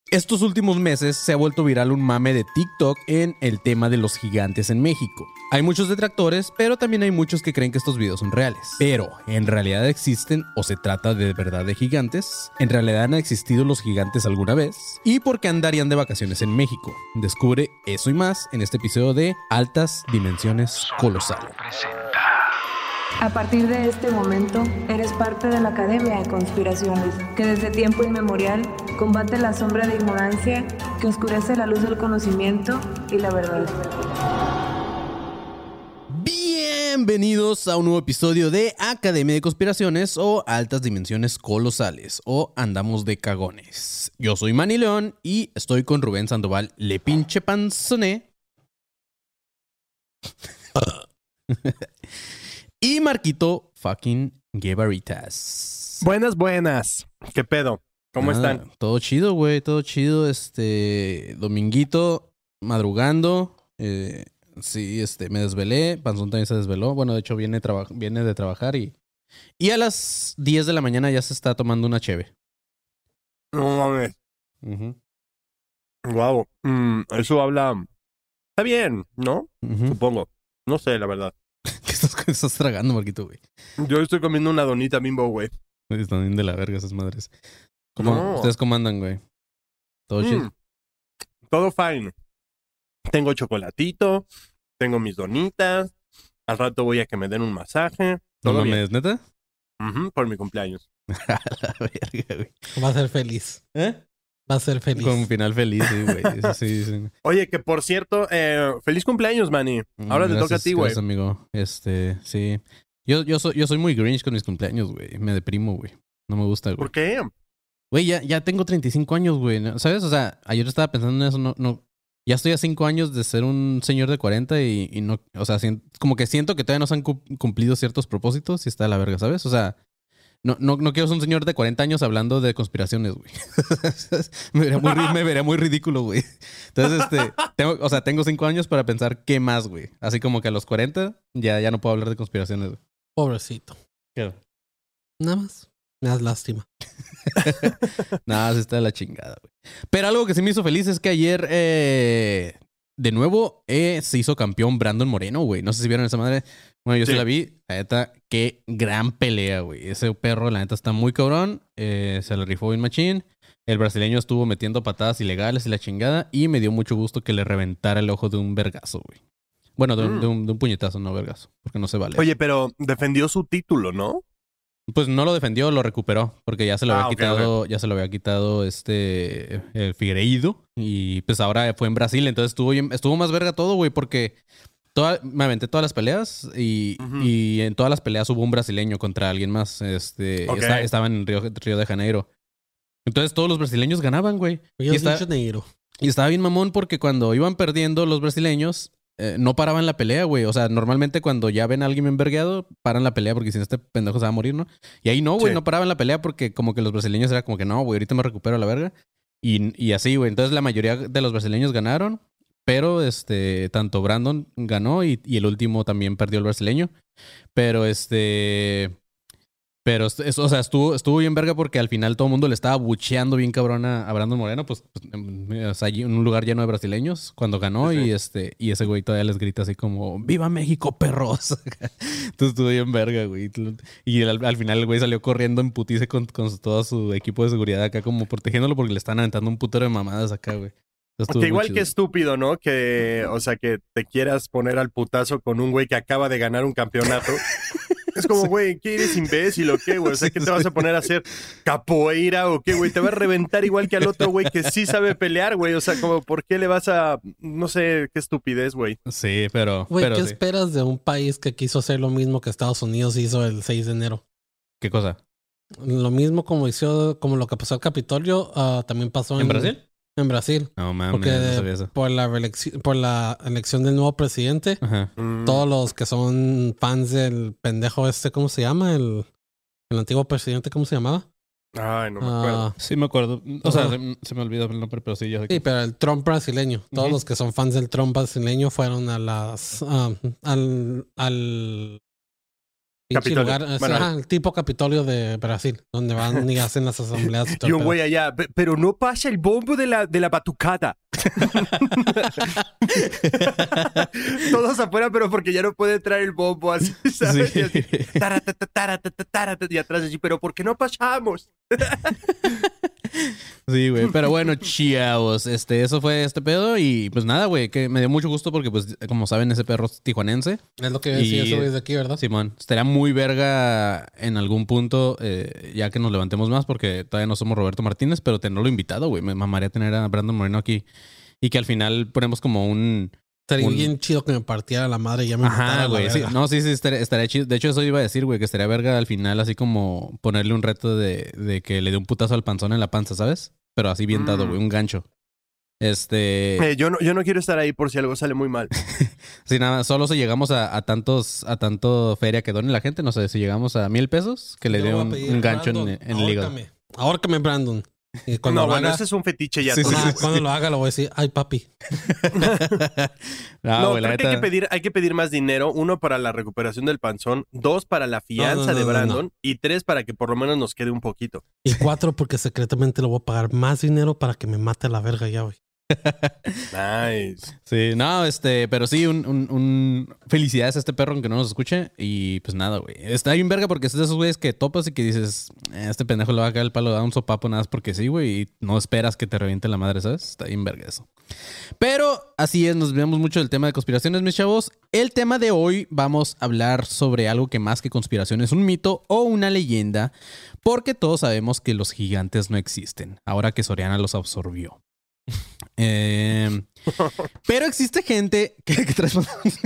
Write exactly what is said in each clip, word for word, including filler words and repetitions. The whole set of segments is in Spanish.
Estos últimos meses se ha vuelto viral un mame de TikTok en el tema de los gigantes en México. Hay muchos detractores, pero también hay muchos que creen que estos videos son reales. Pero, ¿en realidad existen o se trata de verdad de gigantes? ¿En realidad han existido los gigantes alguna vez? ¿Y por qué andarían de vacaciones en México? Descubre eso y más en este episodio de Altas Dimensiones Colosales. A partir de este momento, eres parte de la Academia de Conspiraciones, que desde tiempo inmemorial combate la sombra de ignorancia que oscurece la luz del conocimiento y la verdad. Bienvenidos a un nuevo episodio de Academia de Conspiraciones o Altas Dimensiones Colosales o Andamos de Cagones. Yo soy Manny León y estoy con Rubén Sandoval, le pinche panzoné. Y Marquito fucking Guevaritas. Buenas, buenas. ¿Qué pedo? ¿Cómo ah, están? Todo chido, güey, todo chido. Este, dominguito, madrugando. Eh, sí, este, me desvelé. Panzón también se desveló. Bueno, de hecho, viene, traba- viene de trabajar y... Y a las diez de la mañana ya se está tomando una cheve. No mames. Uh-huh. Guau. Mm, eso habla... Está bien, ¿no? Uh-huh. Supongo. No sé, la verdad. ¿Qué estás, qué estás tragando, Marquito, güey? Yo estoy comiendo una donita Bimbo, güey. Están bien de la verga esas madres. ¿Cómo, No. ¿Ustedes cómo andan, güey? ¿Todo Mm, chido? todo fine. Tengo chocolatito, tengo mis donitas. Al rato voy a que me den un masaje. ¿No Todo bien. mames, neta? Ujú, por mi cumpleaños. A la verga, güey. Va a ser feliz. ¿Eh? Va a ser feliz. Con un final feliz, sí, güey. Eso sí, sí. Oye, que por cierto, eh, feliz cumpleaños, Manny. Ahora te Gracias, toca a ti, güey. gracias, amigo. Este, sí. Yo, yo, soy, yo soy muy Grinch con mis cumpleaños, güey. Me deprimo, güey. No me gusta, güey. ¿Por qué? Güey, ya, ya tengo treinta y cinco años, güey. ¿no? ¿Sabes? O sea, ayer estaba pensando en eso. No, no. Ya estoy a cinco años de ser un señor de cuarenta y, y no... O sea, sien- como que siento que todavía no se han cu- cumplido ciertos propósitos y está de la verga, ¿sabes? O sea... No, no, no quiero ser un señor de cuarenta años hablando de conspiraciones, güey. me, vería muy, ri- me vería muy ridículo, güey. Entonces, este, tengo, o sea, tengo cinco años para pensar qué más, güey. Así como que a los cuarenta ya, ya no puedo hablar de conspiraciones, güey. Pobrecito. Claro. Nada más. Me das lástima. Nada, se está de la chingada, güey. Pero algo que sí me hizo feliz es que ayer, eh, de nuevo, eh, se hizo campeón Brandon Moreno, güey. No sé si vieron esa madre. Bueno, yo sí, Sí. la vi. La neta, qué gran pelea, güey. Ese perro, la neta, está muy cabrón. Eh, se le rifó bien machín. El brasileño estuvo metiendo patadas ilegales y la chingada. Y me dio mucho gusto que le reventara el ojo de un vergazo, güey. Bueno, de un, Mm. de un, de un puñetazo, no vergazo. Porque no se vale. Oye, pero defendió su título, ¿no? Pues no lo defendió, lo recuperó. Porque ya se lo Ah, había ok, quitado, ya se lo había quitado este el Figueiredo. Y pues ahora fue en Brasil. Entonces estuvo, bien- estuvo más verga todo, güey. Porque toda, me aventé todas las peleas. Y, Ujú. y en todas las peleas hubo un brasileño contra alguien más. Este Ok. esta- estaban en Río, Río de Janeiro. Entonces todos los brasileños ganaban, güey. Yo Y está- soy negro. Y estaba bien mamón porque cuando iban perdiendo los brasileños, eh, no paraban la pelea, güey. O sea, normalmente cuando ya ven a alguien envergueado, paran la pelea porque si no este pendejo se va a morir, ¿no? Y ahí no, güey, Sí. no paraban la pelea porque como que los brasileños era como que no, güey, ahorita me recupero a la verga. Y, y así, güey. Entonces la mayoría de los brasileños ganaron, pero este, tanto Brandon ganó y, y el último también perdió el brasileño. Pero este... Pero, es- o sea, estuvo, estuvo bien verga porque al final todo el mundo le estaba bucheando bien cabrón a, a Brandon Moreno, pues, pues, em, o sea, allí en un lugar lleno de brasileños cuando ganó Sí, sí. y este y ese güey todavía les grita así como ¡Viva México, perros! Entonces estuvo bien verga, güey. Y al, al final el güey salió corriendo en putice con, con todo su equipo de seguridad acá como protegiéndolo porque le están aventando un putero de mamadas acá, güey. Entonces, estuvo Que muy igual chido. que estúpido, ¿no? Que, o sea, que te quieras poner al putazo con un güey que acaba de ganar un campeonato. Es como, güey, ¿qué eres imbécil o qué, güey? O sea, ¿qué te vas a poner a hacer capoeira o qué, güey? Te va a reventar igual que al otro güey que sí sabe pelear, güey. O sea, como, ¿por qué le vas a...? No sé, qué estupidez, güey. Sí, pero, Güey, pero ¿qué sí. esperas de un país que quiso hacer lo mismo que Estados Unidos hizo el seis de enero? ¿Qué cosa? Lo mismo como hizo, como lo que pasó al Capitolio, ah, también pasó en, ¿En Brasil? En Brasil. No mames, Porque no sabía eso. por la reelecci- por la elección del nuevo presidente, Ajá. Mm. todos los que son fans del pendejo este, ¿cómo se llama? El, el antiguo presidente, ¿cómo se llamaba? Ay, no me acuerdo. Ah, Sí, me acuerdo. O sea, Ajá. se, se me olvidó el nombre, pero sí, ya sé sí, que... pero el Trump brasileño. Todos Ujú. los que son fans del Trump brasileño fueron a las ah, al, al Capitolio. Lugar, o Bueno, sea, el tipo Capitolio de Brasil, donde van y hacen las asambleas. Y, todo y el un pedo. güey allá, "Pe- pero no pasa el bombo de la, de la batucada. Todos afuera, pero porque ya no puede traer el bombo así, ¿sabes? Sí. Y así, taratata, taratata, taratata, y atrás así, pero ¿por qué no pasamos? Sí, güey. Pero bueno, chavos. Este, eso fue este pedo. Y pues nada, güey. Que me dio mucho gusto porque, pues, como saben, ese perro es tijuanense. Es lo que decía Y- ese güey de aquí, ¿verdad? Simón, estaría muy verga en algún punto, eh, ya que nos levantemos más, porque todavía no somos Roberto Martínez, pero tenerlo invitado, güey. Me mamaría tener a Brandon Moreno aquí. Y que al final ponemos como un... Estaría un- bien chido que me partiera la madre y ya me matara Ajá, la güey. Sí, verga. no, sí, sí, estaría, estaría chido. De hecho, eso iba a decir, güey, que estaría verga al final, así como ponerle un reto de, de que le dé un putazo al panzón en la panza, ¿sabes? Pero así bien dado, Mm. güey, un gancho. Este... Eh, yo, no, yo no quiero estar ahí por si algo sale muy mal. Sí, nada, solo si llegamos a, a tantos, a tanto feria que done la gente, no sé, si llegamos a mil pesos, que le Yo dé voy a un, pedir, un gancho en, Brandon, en el hígado. ahórcame. Ahórcame, Brandon. Y cuando No, lo bueno, haga, ese es un fetiche ya. Sí, todo. sí, ah, cuando lo haga lo voy a decir, ay, papi. No, No, güey, la creo que hay neta. que, pedir, hay que pedir más dinero. Uno, para la recuperación del panzón. Dos, para la fianza no, no, de no, Brandon. Y tres, para que por lo menos nos quede un poquito. Y cuatro, porque secretamente le voy a pagar más dinero para que me mate a la verga ya, güey. Nice. Sí, no, este, pero sí, un, un, un- felicidades a este perro aunque no nos escuche. Y pues nada, güey. Está bien verga porque es de esos güeyes que topas y que dices, "Eh, este pendejo le va a caer el palo, da un sopapo nada más porque sí, güey. Y no esperas que te reviente la madre, ¿sabes? Está bien verga eso. Pero así es, nos olvidamos mucho del tema de conspiraciones, mis chavos. El tema de hoy vamos a hablar sobre algo que más que conspiración es un mito o una leyenda, porque todos sabemos que los gigantes no existen, ahora que Soriana los absorbió. Eh, pero existe gente que, que traes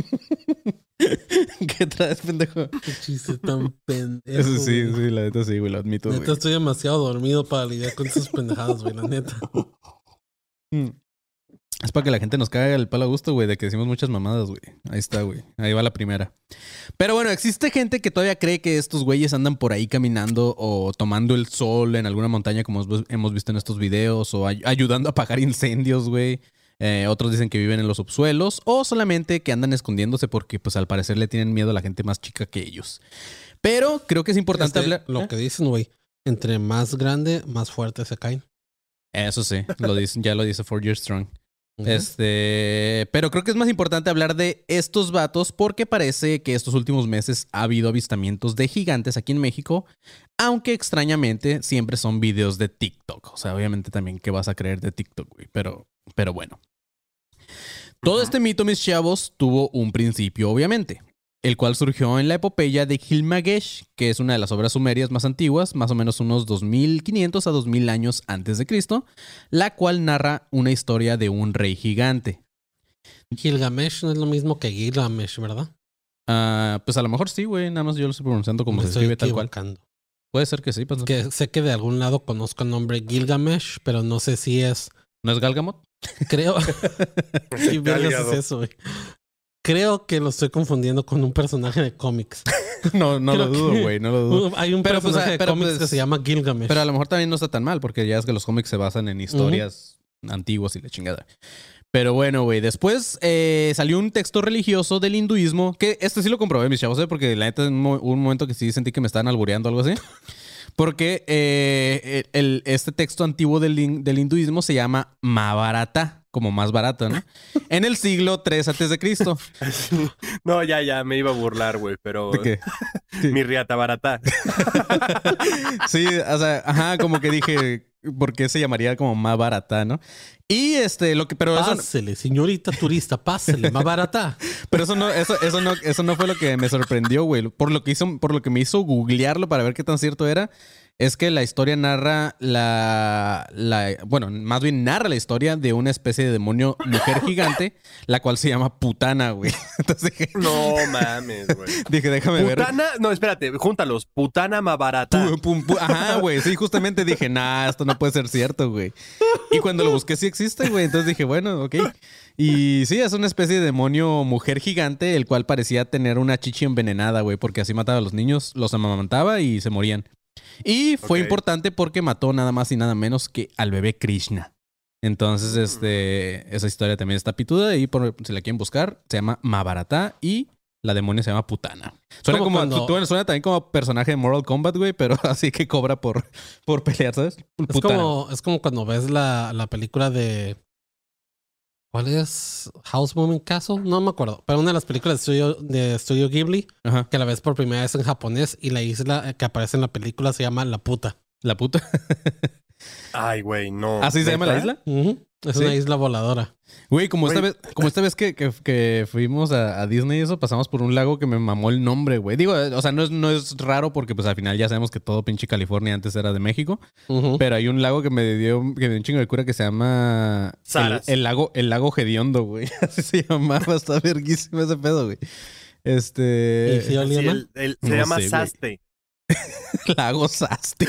que traes pendejo. Qué chiste tan pendejo. Eso sí, güey. sí, la neta sí, güey, lo admito, Neta, güey. estoy demasiado dormido para lidiar con esas pendejadas, güey, la neta. Mm. Es para que la gente nos caiga el palo a gusto, güey, de que decimos muchas mamadas, güey. Ahí está, güey. Ahí va la primera. Pero bueno, existe gente que todavía cree que estos güeyes andan por ahí caminando o tomando el sol en alguna montaña, como hemos- hemos visto en estos videos, o ay- ayudando a apagar incendios, güey. Eh, otros dicen que viven en los subsuelos, o solamente que andan escondiéndose porque, pues, al parecer le tienen miedo a la gente más chica que ellos. Pero creo que es importante Este, hablar... Lo ¿Eh? que dicen, güey, entre más grande, más fuerte se caen. Eso sí, lo dicen, ya lo dice Four Years Strong. Ujú. Este, pero creo que es más importante hablar de estos vatos porque parece que estos últimos meses ha habido avistamientos de gigantes aquí en México, aunque extrañamente siempre son videos de TikTok. O sea, obviamente también qué vas a creer de TikTok, güey, pero, pero bueno. Todo este mito, mis chavos, tuvo un principio, obviamente, el cual surgió en la epopeya de Gilgamesh, que es una de las obras sumerias más antiguas, más o menos unos dos mil quinientos a dos mil años antes de Cristo, la cual narra una historia de un rey gigante. Gilgamesh no es lo mismo que Gilgamesh, ¿verdad? Ah, pues a lo mejor sí, güey, nada más yo lo estoy pronunciando como Me se estoy escribe tal cual. equivocando. Puede ser que sí, pues, Que sé que de algún lado conozco el nombre Gilgamesh, pero no sé si es. ¿no es Galgamot? Creo. ¿Qué vergas Galgado. es eso, güey? Creo que lo estoy confundiendo con un personaje de cómics. No, no lo Creo dudo, que- güey, no lo dudo. Hay un Pero, pues, personaje ah, de pero, cómics pues, que se llama Gilgamesh. Pero a lo mejor también no está tan mal, porque ya es que los cómics se basan en historias antiguas y la chingada. Pero bueno, güey, después eh, salió un texto religioso del hinduismo, que este sí lo comprobé, mis chavos, ¿eh? Porque la neta en un mo- un momento que sí sentí que me estaban albureando o algo así. Porque eh, el, este texto antiguo del, hin- del hinduismo se llama Mahabharata, como más barato, ¿no? En el siglo tres antes de Cristo. No, ya, ya, me iba a burlar, güey, pero... ¿De qué? Mi riata barata. Sí, o sea, ajá, como que dije, ¿por qué se llamaría como más barata, no? Y este, lo que, pero eso, Pásele, señorita turista, pásele, más barata. pero eso no, eso, eso no, eso no fue lo que me sorprendió, güey. Por lo que hizo, por lo que me hizo googlearlo para ver qué tan cierto era, es que la historia narra la, la, bueno, más bien narra la historia de una especie de demonio mujer gigante, la cual se llama Putana, güey. Entonces dije, No mames, güey. dije, déjame ver. Putana, no, espérate, júntalos. Putana más barata. Pum, pum, pum. Ajá, güey. Sí, justamente dije, nah, esto no puede ser cierto, güey. Y cuando lo busqué, sí existe, güey. Entonces dije, bueno, ok. Y sí, es una especie de demonio mujer gigante, el cual parecía tener una chichi envenenada, güey, porque así mataba a los niños, los amamantaba y se morían. Y fue Ok. importante porque mató nada más y nada menos que al bebé Krishna. Entonces, este, esa historia también está pituda y por, si la quieren buscar, se llama Mahabharata y la demonia se llama Putana. Suena Como como, cuando- suena también como personaje de Mortal Kombat, güey, pero así que cobra por, por pelear, ¿sabes? Es Putana. como, es como cuando ves la, la película de... ¿Cuál es? House Moving Castle. No me acuerdo. Pero una de las películas de Studio, de Studio Ghibli, Ajá. que la ves por primera vez en japonés y la isla que aparece en la película se llama La Puta. La puta. Ay, güey, no. ¿Así se llama la ¿Neta? isla? Ujú. Es ¿Sí? una isla voladora. Güey, como esta Güey. vez, como esta vez que, que, que fuimos a, a Disney y eso, pasamos por un lago que me mamó el nombre, güey. Digo, o sea, no es, no es raro porque pues al final ya sabemos que todo pinche California antes era de México. Ujú. Pero hay un lago que me dio, que me dio un chingo de cura que se llama el, Saras. el lago, el lago Hediondo, güey. Así se llamaba, está verguísimo ese pedo, güey. Este. ¿Y si olía Sí, mal? el- el- se No llama sé, güey. Saste. Lago Saste.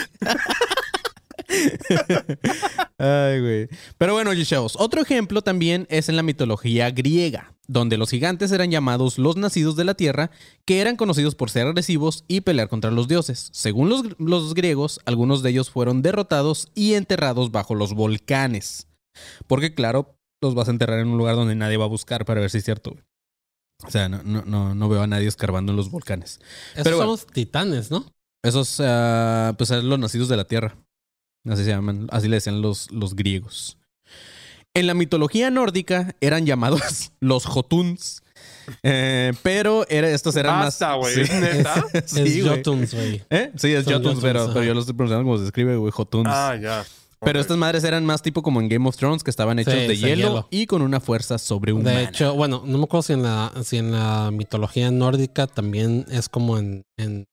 Ay, güey. Pero bueno, chavos, otro ejemplo también es en la mitología griega, donde los gigantes eran llamados los nacidos de la tierra, que eran conocidos por ser agresivos y pelear contra los dioses. Según los, los griegos, algunos de ellos fueron derrotados y enterrados bajo los volcanes. Porque, claro, los vas a enterrar en un lugar donde nadie va a buscar para ver si es cierto, güey. O sea, no, no, no, no veo a nadie escarbando en los volcanes. Esos Pero son bueno. los titanes, ¿no? Esos, ah, pues, son los nacidos de la tierra. Así se llaman, así le decían los, los griegos. En la mitología nórdica eran llamados los Jotuns. Eh, pero era, estos eran Basta, más. güey. Sí. ¿Es neta? Sí, es güey. Jotuns, güey. ¿Eh? Sí, es Son Jotuns, Jotuns, pero, ajá. pero yo lo estoy pronunciando como se escribe, güey, Jotuns. Ah, ya. Pero Ok. estas madres eran más tipo como en Game of Thrones, que estaban hechos Sí, de sí, hielo, hielo. y con una fuerza sobrehumana. De hecho, bueno, no me acuerdo si en la, si en la mitología nórdica también es como en, en,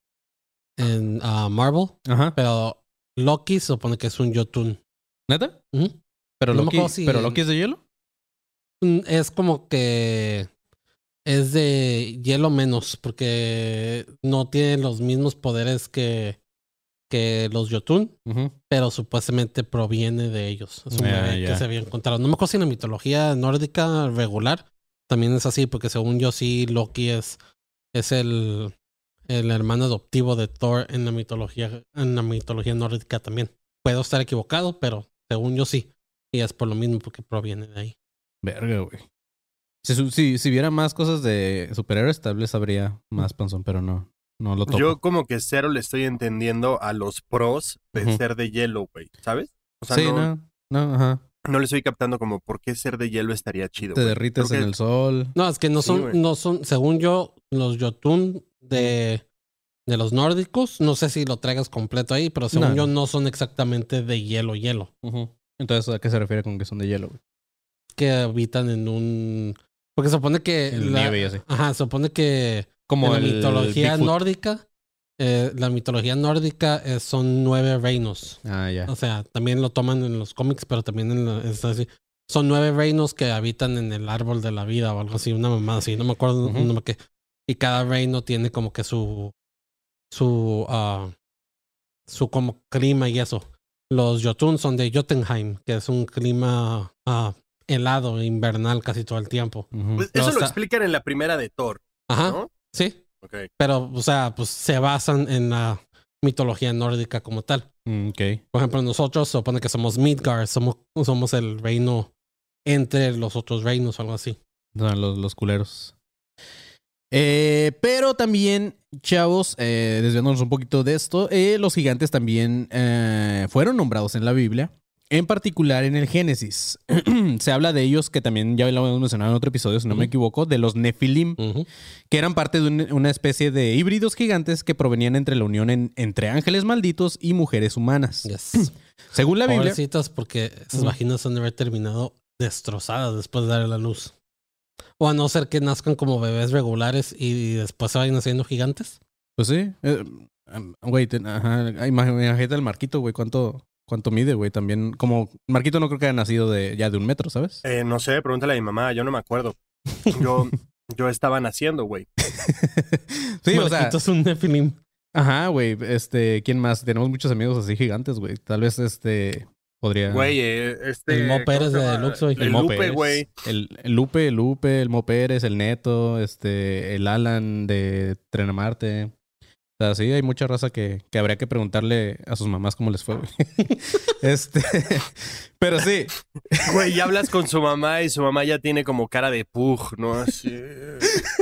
en ah, Marvel, Ajá. pero Loki se supone que es un Jotun. ¿Neta? Ujú. ¿Pero No me Loki, acuerdo si ¿pero en- Loki es de hielo? Mm, Es como que es de hielo menos, porque no tiene los mismos poderes que, que los Jotun, Ujú. pero supuestamente proviene de ellos. Es un Ah, bebé ya. que se había encontrado. No me acuerdo si en la mitología nórdica regular también es así, porque según yo sí, Loki es, es el, el hermano adoptivo de Thor en la mitología, en la mitología nórdica también. Puedo estar equivocado, pero según yo sí. Y es por lo mismo porque proviene de ahí. Verga, güey. Si, su- si, si viera más cosas de superhéroes, tal vez habría más panzón, pero no. No lo topo. Yo como que cero le estoy entendiendo a los pros de Ujú. ser de hielo, güey. ¿Sabes? O sea, sí, no, no. No, ajá. no le estoy captando como por qué ser de hielo estaría chido. Te güey. derrites Creo en que- el sol. No, es que no Sí, son, güey. no son, según yo, los Jotun de, de los nórdicos, no sé si lo traigas completo ahí, pero según No. yo no son exactamente de hielo, hielo. Ujú. Entonces, ¿a qué se refiere con que son de hielo, güey? Que habitan en un... Porque se supone que... En la- nieve y así. Ajá, se supone que Como en la el mitología Bigfoot. nórdica, eh, la mitología nórdica eh, son nueve reinos. Ah, ya. O sea, también lo toman en los cómics, pero también en la- es así. Son nueve reinos que habitan en el árbol de la vida o algo así, una mamá así, no me acuerdo Ujú. un nombre qué. Y cada reino tiene como que su su ah, su como clima y eso. Los Jotun son de Jotunheim, que es un clima ah, helado, invernal casi todo el tiempo. Ujú. Pues No, eso o lo sea- explican en la primera de Thor, Ajá, ¿no? sí. Ok. Pero, o sea, pues se basan en la mitología nórdica como tal. Mm, ok. Por ejemplo, nosotros se supone que somos Midgard, somos, somos el reino entre los otros reinos o algo así. Son los, los culeros. Eh, pero también, chavos, eh, desviándonos un poquito de esto, eh, los gigantes también eh, fueron nombrados en la Biblia, en particular en el Génesis. Se habla de ellos, que también ya lo hemos mencionado en otro episodio, si no me Ujú. equivoco, de los Nefilim, Ujú. que eran parte de un- una especie de híbridos gigantes que provenían entre la unión en- entre ángeles malditos y mujeres humanas. Yes. Según la Biblia... Pobrecitas, porque esas Ujú. vaginas han de haber terminado destrozadas después de darle la luz. O a no ser que nazcan como bebés regulares y después se vayan haciendo gigantes. Pues sí. Eh, um, Güey, te- ajá, imag- imagínate el Marquito, güey, cuánto, cuánto mide, güey. También, como Marquito no creo que haya nacido de ya de un metro, ¿sabes? Eh, no sé, pregúntale a mi mamá, yo no me acuerdo. Yo, yo estaba naciendo, güey. Sí, o sea, Marquito es un Nephilim. ajá, güey. Este, ¿quién más? Tenemos muchos amigos así gigantes, güey. Tal vez este podría. Güey, eh, este... El Mo ¿cómo Pérez se de llama? Deluxe, güey. El Mo Lupe, Pérez, güey. El, el Lupe, el Lupe, el Mo Pérez, el Neto, este, el Alan de Tren a Marte. O sea, sí, hay mucha raza que, que habría que preguntarle a sus mamás cómo les fue, güey. Este, pero sí, Güey, ya hablas con su mamá y su mamá ya tiene como cara de pug, ¿no? Así...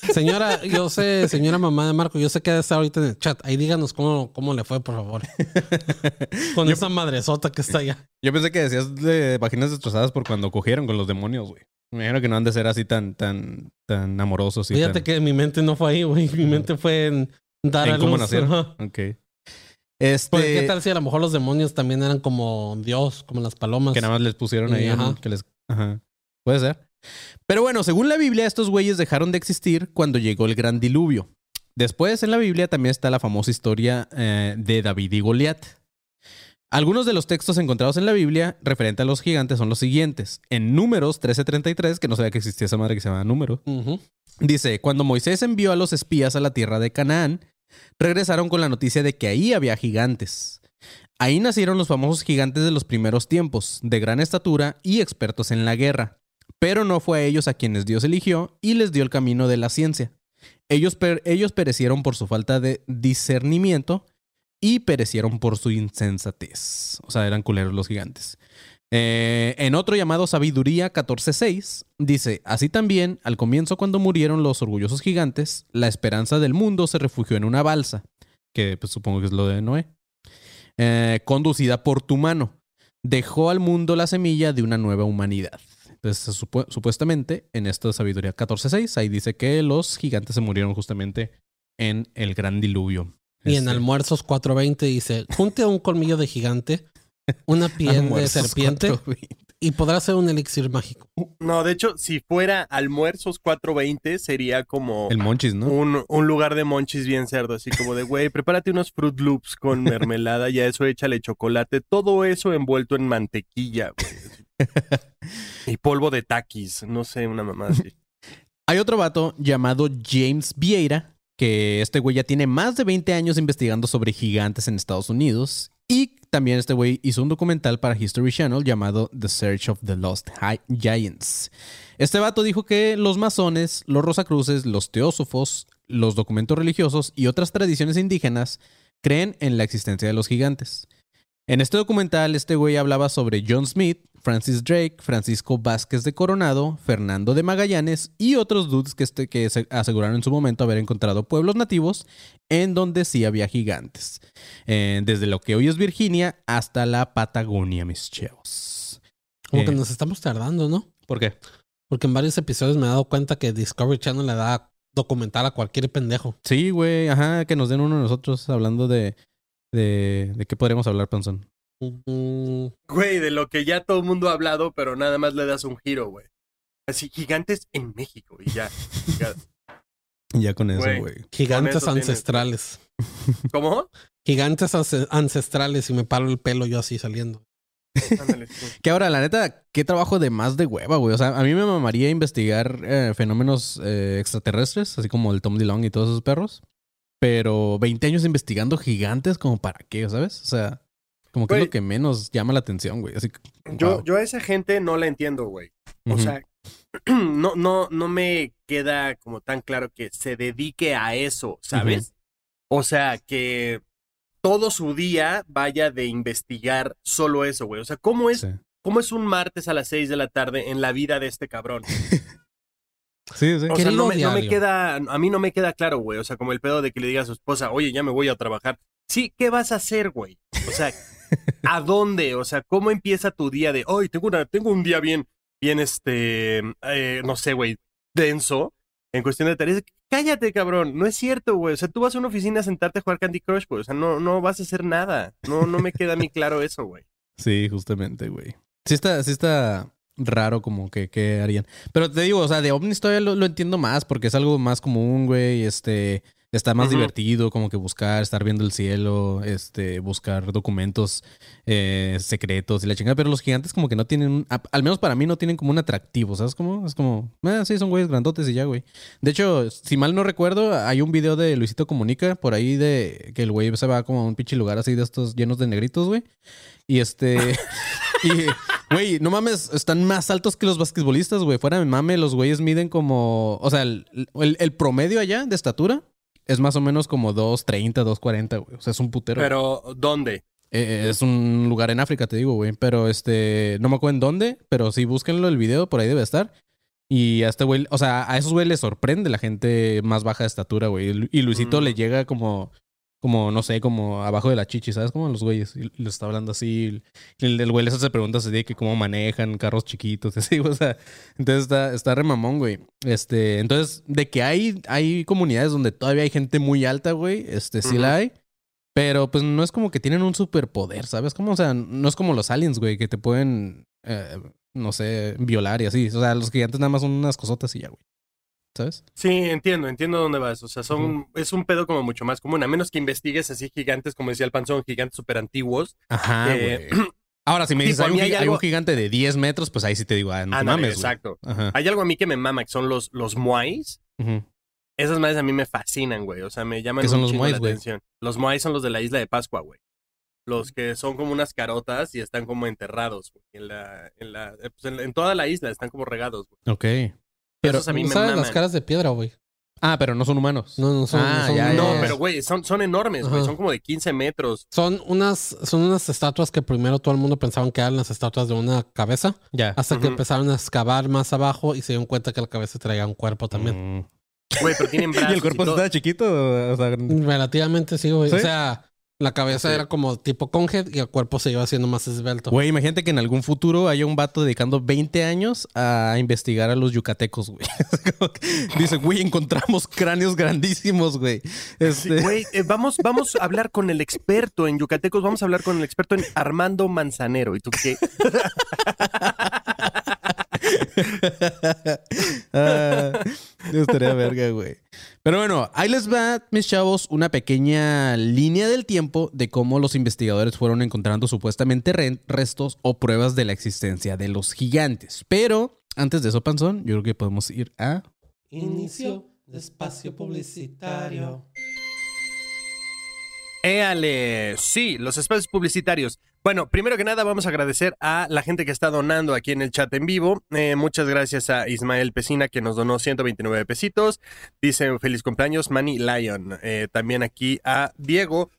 Señora, yo sé, señora mamá de Marco, yo sé que está ahorita en el chat. Ahí díganos cómo, cómo le fue, por favor. Con Yo- esa madresota que está allá. Yo pensé que decías de vaginas destrozadas por cuando cogieron con los demonios, güey. Me imagino que no han de ser así tan, tan, tan amorosos y Fíjate tan... que mi mente no fue ahí, güey. Mi mente fue en dar ¿En a cómo luz. nacieron? Ajá. Ok. Porque Este... qué tal si a lo mejor los demonios también eran como Dios, como las palomas. Que nada más les pusieron ahí. Y, en- ajá. que les... Ajá. Puede ser. Pero bueno, según la Biblia, estos güeyes dejaron de existir cuando llegó el gran diluvio. Después, en la Biblia también está la famosa historia eh, de David y Goliat. Algunos de los textos encontrados en la Biblia referente a los gigantes son los siguientes. En Números trece treinta y tres, que no sabía que existía esa madre que se llama Número, Ujú. dice, cuando Moisés envió a los espías a la tierra de Canaán, regresaron con la noticia de que ahí había gigantes. Ahí nacieron los famosos gigantes de los primeros tiempos, de gran estatura y expertos en la guerra. Pero no fue a ellos a quienes Dios eligió y les dio el camino de la ciencia. Ellos, per- ellos perecieron por su falta de discernimiento y perecieron por su insensatez. O sea, eran culeros los gigantes. Eh, en otro llamado Sabiduría catorce seis, dice, así también, al comienzo cuando murieron los orgullosos gigantes, la esperanza del mundo se refugió en una balsa, que pues, supongo que es lo de Noé, eh, conducida por tu mano. Dejó al mundo la semilla de una nueva humanidad. Entonces, supu- supuestamente, en esta Sabiduría catorce seis, ahí dice que los gigantes se murieron justamente en el gran diluvio. Y en Este, Almuerzos cuatro veinte dice, junte un colmillo de gigante, una piel de Almuerzos serpiente cuatro veinte. y podrá ser un elixir mágico. No, de hecho, si fuera Almuerzos cuatro veinte, sería como El Monchis, ¿no? un, un lugar de monchis bien cerdo. Así como de, güey, prepárate unos Fruit Loops con mermelada y a eso échale chocolate. Todo eso envuelto en mantequilla, güey. Y polvo de taquis. No sé, una mamá así. Hay otro vato llamado James Vieira, que este güey ya tiene más de veinte años investigando sobre gigantes en Estados Unidos. Y también este güey hizo un documental para History Channel llamado The Search of the Lost Hi- Giants. Este vato dijo que los masones, los rosacruces, los teósofos, los documentos religiosos y otras tradiciones indígenas creen en la existencia de los gigantes. En este documental, este güey hablaba sobre John Smith, Francis Drake, Francisco Vázquez de Coronado, Fernando de Magallanes y otros dudes que, este, que se aseguraron en su momento haber encontrado pueblos nativos en donde sí había gigantes. Eh, desde lo que hoy es Virginia hasta la Patagonia, mis chavos. Como Eh, que nos estamos tardando, ¿no? ¿Por qué? Porque en varios episodios me he dado cuenta que Discovery Channel le da documental a cualquier pendejo. Sí, güey, ajá, que nos den uno de nosotros hablando de... ¿De, de qué podríamos hablar, Panzón? Mm, Güey, de lo que ya todo el mundo ha hablado, pero nada más le das un giro, güey. Así, gigantes en México y ya. ya. Ya con eso, Güey. güey. gigantes eso tienes- ancestrales. ¿Cómo? Gigantes ance- ancestrales y me paro el pelo yo así saliendo. Ándale, sí. Que ahora, la neta, qué trabajo de más de hueva, güey. O sea, a mí me mamaría investigar eh, fenómenos eh, extraterrestres, así como el Tom DeLonge y todos esos perros. Pero veinte años investigando gigantes, ¿como para qué, sabes? O sea, como que es Güey. lo que menos llama la atención, güey. Así que, Yo, wow. yo a esa gente no la entiendo, güey. O Ujú. sea, no, no, no me queda como tan claro que se dedique a eso, ¿sabes? O sea, que todo su día vaya de investigar solo eso, güey. O sea, ¿cómo es, Sí. cómo es un martes a las seis de la tarde en la vida de este cabrón? Sí, sí. O sea, Querido no me, no me diario. queda, a mí no me queda claro, güey. O sea, como el pedo de que le diga a su esposa, oye, ya me voy a trabajar. Sí, ¿qué vas a hacer, güey? O sea, ¿a dónde? O sea, ¿cómo empieza tu día de, hoy tengo una, tengo un día bien, bien, este, eh, no sé, güey, denso en cuestión de tareas? Cállate, cabrón. No es cierto, güey. O sea, tú vas a una oficina a sentarte a jugar Candy Crush, güey. O sea, no, no vas a hacer nada. No, no me queda a mí claro eso, güey. Sí, justamente, güey. Sí está, sí está raro como que, que harían. Pero te digo, o sea, de ovnis todavía lo, lo entiendo más porque es algo más común, güey. Este, está más Ujú. divertido como que buscar, estar viendo el cielo, este, buscar documentos eh, secretos y la chingada. Pero los gigantes como que no tienen, un- a- al menos para mí no tienen como un atractivo, ¿sabes cómo? Es como, ah, sí, son güeyes grandotes y ya, güey. De hecho, si mal no recuerdo, hay un video de Luisito Comunica por ahí de que el güey se va como a un pinche lugar así de estos llenos de negritos, güey. Y este... Y, güey, no mames, están más altos que los basquetbolistas, güey. Fuera de mame, los güeyes miden como... O sea, el, el- el promedio allá de estatura es más o menos como dos treinta, dos cuarenta, güey. O sea, es un putero. Pero, ¿dónde? Eh, es un lugar en África, te digo, güey. Pero este... No me acuerdo en dónde, pero sí, búsquenlo el video, por ahí debe estar. Y a este güey, o sea, a esos güey les sorprende la gente más baja de estatura, güey. Y Luisito Mm. le llega como, como, no sé, como abajo de la chichi, ¿sabes? Como a los güeyes. Y les está hablando así. Y el, el güey les hace preguntas así de que cómo manejan carros chiquitos, así, o sea. Entonces está, está re mamón, güey. Este, entonces, de que hay, hay comunidades donde todavía hay gente muy alta, güey. Este, sí Ujú. la hay. Pero pues no es como que tienen un superpoder, ¿sabes? Como, o sea, no es como los aliens, güey, que te pueden, eh, no sé, violar y así. O sea, los gigantes nada más son unas cosotas y ya, güey. ¿Sabes? Sí, entiendo, entiendo dónde vas. O sea, son, es un pedo como mucho más común. A menos que investigues así gigantes, como decía el Panzón, gigantes súper antiguos. Ajá, Eh, güey. Ahora, si me dices, tipo, a hay un, mí hay gi- hay algo- un gigante de diez metros, pues ahí sí te digo, ah, no te Ándale, mames, güey. exacto. Ajá. Hay algo a mí que me mama, que son los, los moais. Ujú. Esas madres a mí me fascinan, güey. O sea, me llaman ¿Qué son un los chingo moais, la güey? atención. Los moais son los de la isla de Pascua, güey. Los que son como unas carotas y están como enterrados, güey. En la, en la, eh, pues en, en toda la isla están como regados, güey. Ok. Pero, Esos a mí ¿No me sabes maman. las caras de piedra, güey? ah, pero no son humanos. No, no son- Ah, no son- ya, ya, No, ya. pero güey, son, son enormes, güey. Ajá. Son como de quince metros. Son unas, son unas estatuas que primero todo el mundo pensaban que eran las estatuas de una cabeza, Ya. hasta que Ujú. empezaron a excavar más abajo y se dieron cuenta que la cabeza traía un cuerpo también. Mm. Güey, pero tienen brazos. ¿Y el cuerpo todo. estaba chiquito? O sea, Relativamente sí, güey. ¿Sí? O sea, la cabeza Sí. era como tipo conhead y el cuerpo se iba haciendo más esbelto. güey, imagínate que en algún futuro haya un vato dedicando veinte años a investigar a los yucatecos, güey. Como que dice, güey, encontramos cráneos grandísimos, güey. Sí, Este... güey, eh, vamos, vamos a hablar con el experto en yucatecos, vamos a hablar con el experto en Armando Manzanero. ¿Y tú qué? Ah, estaría verga, güey. Pero bueno, ahí les va, mis chavos, una pequeña línea del tiempo de cómo los investigadores fueron encontrando supuestamente re- restos o pruebas de la existencia de los gigantes. Pero antes de eso, Panzón, yo creo que podemos ir a... Inicio de espacio publicitario. Éale, sí, los espacios publicitarios. Bueno, primero que nada vamos a agradecer a la gente que está donando aquí en el chat en vivo. Eh, muchas gracias a Ismael Pesina que nos donó ciento veintinueve pesitos. Dice feliz cumpleaños, Manny Lion. Eh, también aquí a Diego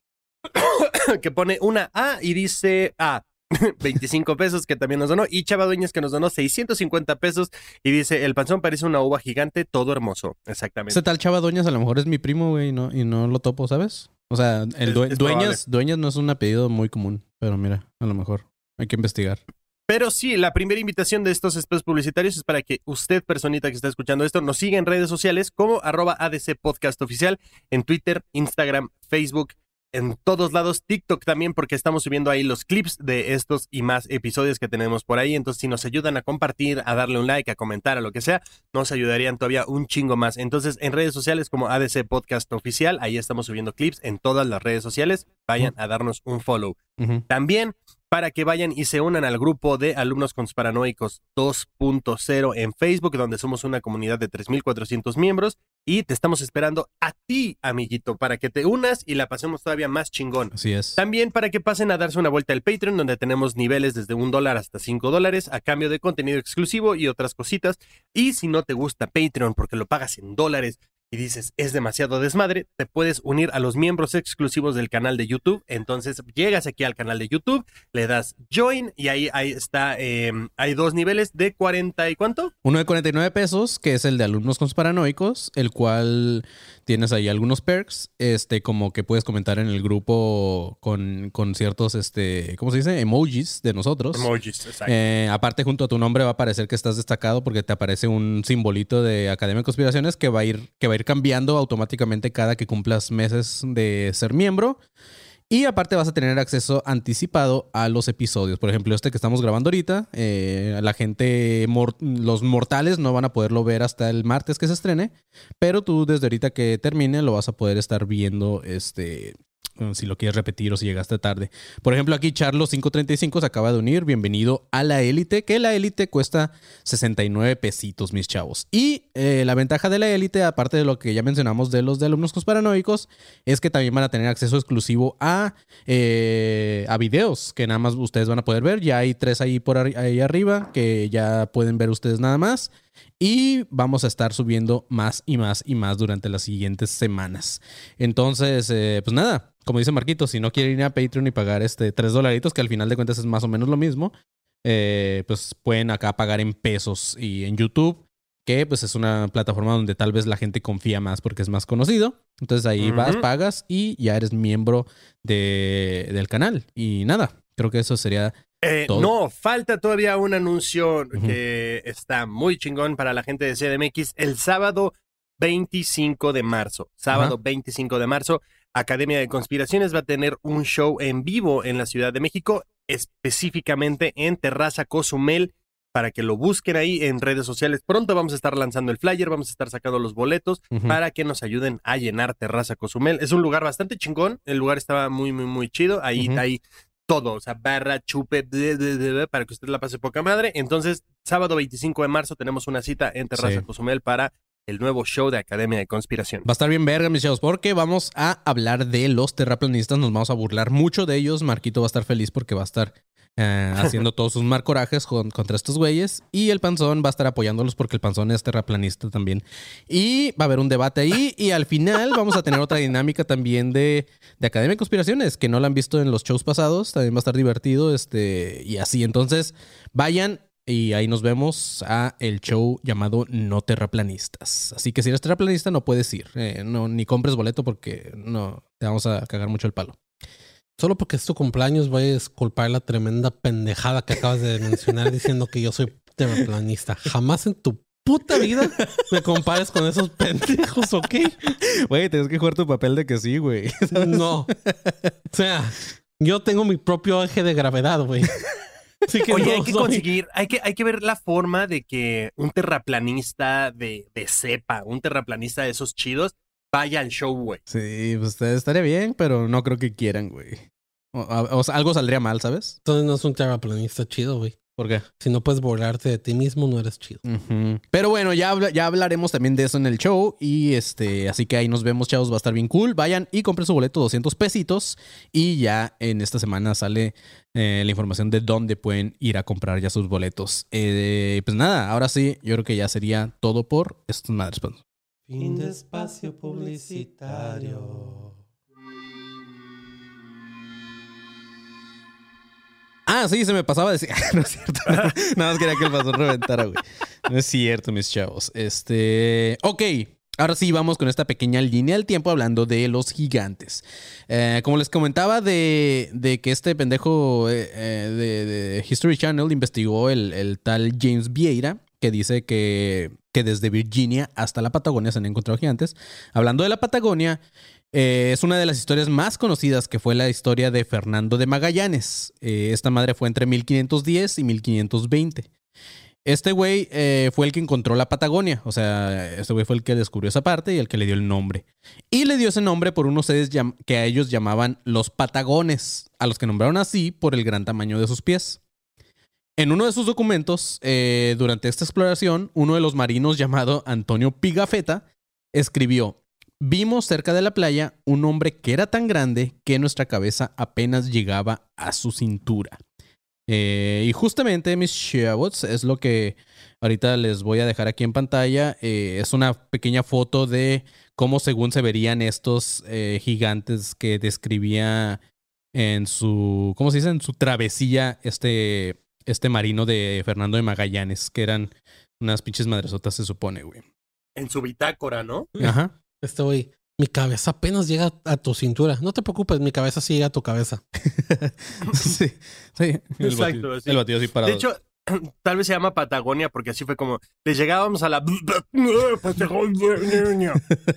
que pone una A y dice A. veinticinco pesos que también nos donó. Y Chava Dueñas que nos donó seiscientos cincuenta pesos y dice el panzón parece una uva gigante, todo hermoso. Exactamente. Ese tal Chava Dueñas a lo mejor es mi primo, güey, no, y no lo topo, ¿sabes? O sea, el Es- due- es dueñas, dueñas no es un apellido muy común, pero mira, a lo mejor hay que investigar. Pero sí, la primera invitación de estos espacios publicitarios es para que usted, personita que está escuchando esto, nos siga en redes sociales como arroba A D C Podcast Oficial, en Twitter, Instagram, Facebook, en todos lados, TikTok también, porque estamos subiendo ahí los clips de estos y más episodios que tenemos por ahí. Entonces, si nos ayudan a compartir, a darle un like, a comentar, a lo que sea, nos ayudarían todavía un chingo más. Entonces, en redes sociales como A D C Podcast Oficial, ahí estamos subiendo clips en todas las redes sociales. Vayan a darnos un follow. Ujú. También para que vayan y se unan al grupo de Alumnos Consparanoicos dos punto cero en Facebook, donde somos una comunidad de tres mil cuatrocientos miembros y te estamos esperando a ti, amiguito, para que te unas y la pasemos todavía más chingón. Así es. También para que pasen a darse una vuelta al Patreon, donde tenemos niveles desde un dólar hasta cinco dólares a cambio de contenido exclusivo y otras cositas. Y si no te gusta Patreon porque lo pagas en dólares y dices es demasiado desmadre, te puedes unir a los miembros exclusivos del canal de YouTube. Entonces llegas aquí al canal de YouTube, le das join y ahí, ahí está, eh, hay dos niveles de cuarenta y ¿cuánto? Uno de cuarenta y nueve pesos, que es el de Alumnos Consparanoicos, el cual tienes ahí algunos perks, este, como que puedes comentar en el grupo con, con ciertos, este, ¿cómo se dice? Emojis de nosotros. Emojis, exacto. Eh, aparte, junto a tu nombre va a aparecer que estás destacado porque te aparece un simbolito de Academia de Conspiraciones que va a ir, que va a ir cambiando automáticamente cada que cumplas meses de ser miembro. Y aparte vas a tener acceso anticipado a los episodios. Por ejemplo, este que estamos grabando ahorita, eh, la gente, mor- los mortales no van a poderlo ver hasta el martes que se estrene, pero tú desde ahorita que termine lo vas a poder estar viendo, este, si lo quieres repetir o si llegaste tarde. Por ejemplo, aquí Charlos cinco treinta y cinco se acaba de unir. Bienvenido a la élite, que la élite cuesta sesenta y nueve pesitos, mis chavos. Y eh, la ventaja de la élite, aparte de lo que ya mencionamos de los de alumnos conspiranoicos, es que también van a tener acceso exclusivo a, eh, a videos que nada más ustedes van a poder ver. Ya hay tres ahí por arri- ahí arriba que ya pueden ver ustedes nada más. Y vamos a estar subiendo más y más y más durante las siguientes semanas. Entonces, eh, pues nada, como dice Marquito, si no quieren ir a Patreon y pagar este tres dolaritos, que al final de cuentas es más o menos lo mismo, eh, pues pueden acá pagar en pesos y en YouTube, que pues es una plataforma donde tal vez la gente confía más porque es más conocido. Entonces ahí uh-huh. vas, pagas y ya eres miembro de, del canal. Y nada, creo que eso sería eh, todo. No, falta todavía un anuncio uh-huh. que está muy chingón para la gente de C D M X. El sábado veinticinco de marzo, sábado uh-huh. veinticinco de marzo, Academia de Conspiraciones va a tener un show en vivo en la Ciudad de México, específicamente en Terraza Cozumel, para que lo busquen ahí en redes sociales. Pronto vamos a estar lanzando el flyer, vamos a estar sacando los boletos uh-huh. para que nos ayuden a llenar Terraza Cozumel. Es un lugar bastante chingón, el lugar estaba muy, muy, muy chido. Ahí uh-huh. hay todo, o sea, barra, chupe, bleh, bleh, bleh, para que usted la pase poca madre. Entonces, sábado veinticinco de marzo tenemos una cita en Terraza sí. Cozumel para el nuevo show de Academia de Conspiración. Va a estar bien verga, mis chavos, porque vamos a hablar de los terraplanistas, nos vamos a burlar mucho de ellos. Marquito va a estar feliz porque va a estar eh, haciendo todos sus marcorajes con, contra estos güeyes, y el Panzón va a estar apoyándolos porque el Panzón es terraplanista también. Y va a haber un debate ahí, y al final vamos a tener otra dinámica también de, de Academia de Conspiraciones, que no la han visto en los shows pasados, también va a estar divertido, este, y así. Entonces, vayan. Y ahí nos vemos a el show llamado No Terraplanistas. Así que si eres terraplanista no puedes ir. Eh, no, ni compres boleto porque no te vamos a cagar mucho el palo. Solo porque es tu cumpleaños voy a disculpar la tremenda pendejada que acabas de mencionar diciendo que yo soy terraplanista. Jamás en tu puta vida me compares con esos pendejos, ¿ok? Güey, tienes que jugar tu papel de que sí, güey. No. O sea, yo tengo mi propio eje de gravedad, güey. Sí que Oye, no, hay que soy. conseguir, hay que, hay que ver la forma de que un terraplanista de, de cepa, un terraplanista de esos chidos, vaya al show, güey. Sí, pues estaría bien, pero no creo que quieran, güey. O, o, o algo saldría mal, ¿sabes? Entonces no es un terraplanista chido, güey. ¿Por qué? Si no puedes burlarte de ti mismo, no eres chido. Uh-huh. Pero bueno, ya, habla, ya hablaremos también de eso en el show. Y este, así que ahí nos vemos, chavos. Va a estar bien cool. Vayan y compren su boleto, doscientos pesitos. Y ya en esta semana sale eh, la información de dónde pueden ir a comprar ya sus boletos. Eh, pues nada, ahora sí, yo creo que ya sería todo por estos madres. Fin de espacio publicitario. Ah, sí, se me pasaba a decir. No es cierto. Nada más quería que el Panzón reventara, güey. No es cierto, mis chavos. Este. Ok. Ahora sí, vamos con esta pequeña línea del tiempo hablando de los gigantes. Eh, como les comentaba de, de que este pendejo eh, de, de History Channel investigó el, el tal James Vieira, que dice que, que desde Virginia hasta la Patagonia se han encontrado gigantes. Hablando de la Patagonia, eh, es una de las historias más conocidas, que fue la historia de Fernando de Magallanes. Eh, esta madre fue entre mil quinientos diez y mil quinientos veinte. Este güey eh, fue el que encontró la Patagonia. O sea, este güey fue el que descubrió esa parte y el que le dio el nombre. Y le dio ese nombre por unos seres llam- que a ellos llamaban los patagones, a los que nombraron así por el gran tamaño de sus pies. En uno de sus documentos, eh, durante esta exploración, uno de los marinos llamado Antonio Pigafetta escribió: vimos cerca de la playa un hombre que era tan grande que nuestra cabeza apenas llegaba a su cintura. Eh, y justamente, mis chavos, es lo que ahorita les voy a dejar aquí en pantalla. Eh, es una pequeña foto de cómo según se verían estos eh, gigantes que describía en su, ¿cómo se dice? En su travesía este, este marino de Fernando de Magallanes, que eran unas pinches madresotas, se supone, güey. En su bitácora, ¿no? Ajá. Este güey, mi cabeza apenas llega a tu cintura. No te preocupes, mi cabeza sí llega a tu cabeza. Sí, sí. El Exacto. Batido, Sí. el batido así parado. De hecho, tal vez se llama Patagonia porque así fue como le llegábamos a la Patagonia.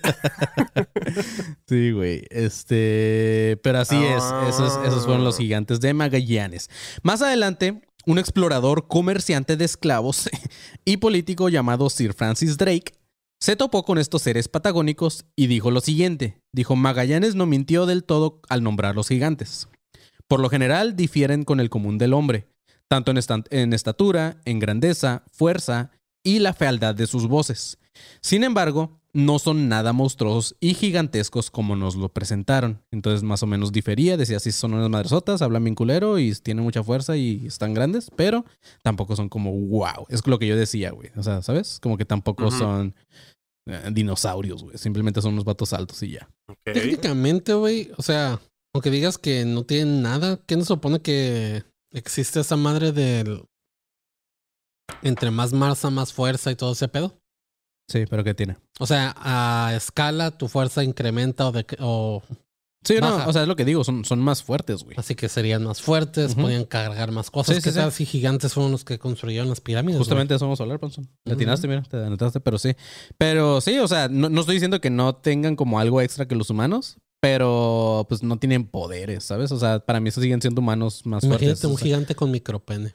Sí, güey. Este, pero así es. Esos, esos fueron los gigantes de Magallanes. Más adelante, un explorador, comerciante de esclavos y político llamado Sir Francis Drake se topó con estos seres patagónicos y dijo lo siguiente. Dijo: Magallanes no mintió del todo al nombrar los gigantes. Por lo general difieren con el común del hombre, tanto en, esta- en estatura, en grandeza, fuerza y la fealdad de sus voces. Sin embargo, no son nada monstruosos y gigantescos como nos lo presentaron. Entonces más o menos difería, decía: sí, son unas madresotas, hablan bien culero y tienen mucha fuerza y están grandes, pero tampoco son como wow. Es lo que yo decía, güey. O sea, ¿sabes? Como que tampoco Ujú. son eh, dinosaurios, güey. Simplemente son unos vatos altos y ya. Okay. Técnicamente, güey, o sea, aunque digas que no tienen nada, ¿qué nos supone que existe esa madre del entre más masa, más fuerza y todo ese pedo? Sí, pero ¿qué tiene? O sea, a escala tu fuerza incrementa o... De, o Sí, baja. no, o sea, es lo que digo, son, son más fuertes, güey. Así que serían más fuertes, Ujú. podían cargar más cosas. Sí, ¿Qué sí, tal sí. si gigantes fueron los que construyeron las pirámides? Justamente eso vamos a hablar, Panzón. Le Ujú. atinaste, mira, te anotaste, pero sí. Pero sí, o sea, no, no estoy diciendo que no tengan como algo extra que los humanos, pero pues no tienen poderes, ¿sabes? O sea, para mí esos siguen siendo humanos más Imagínate fuertes. un o sea. gigante con micropene.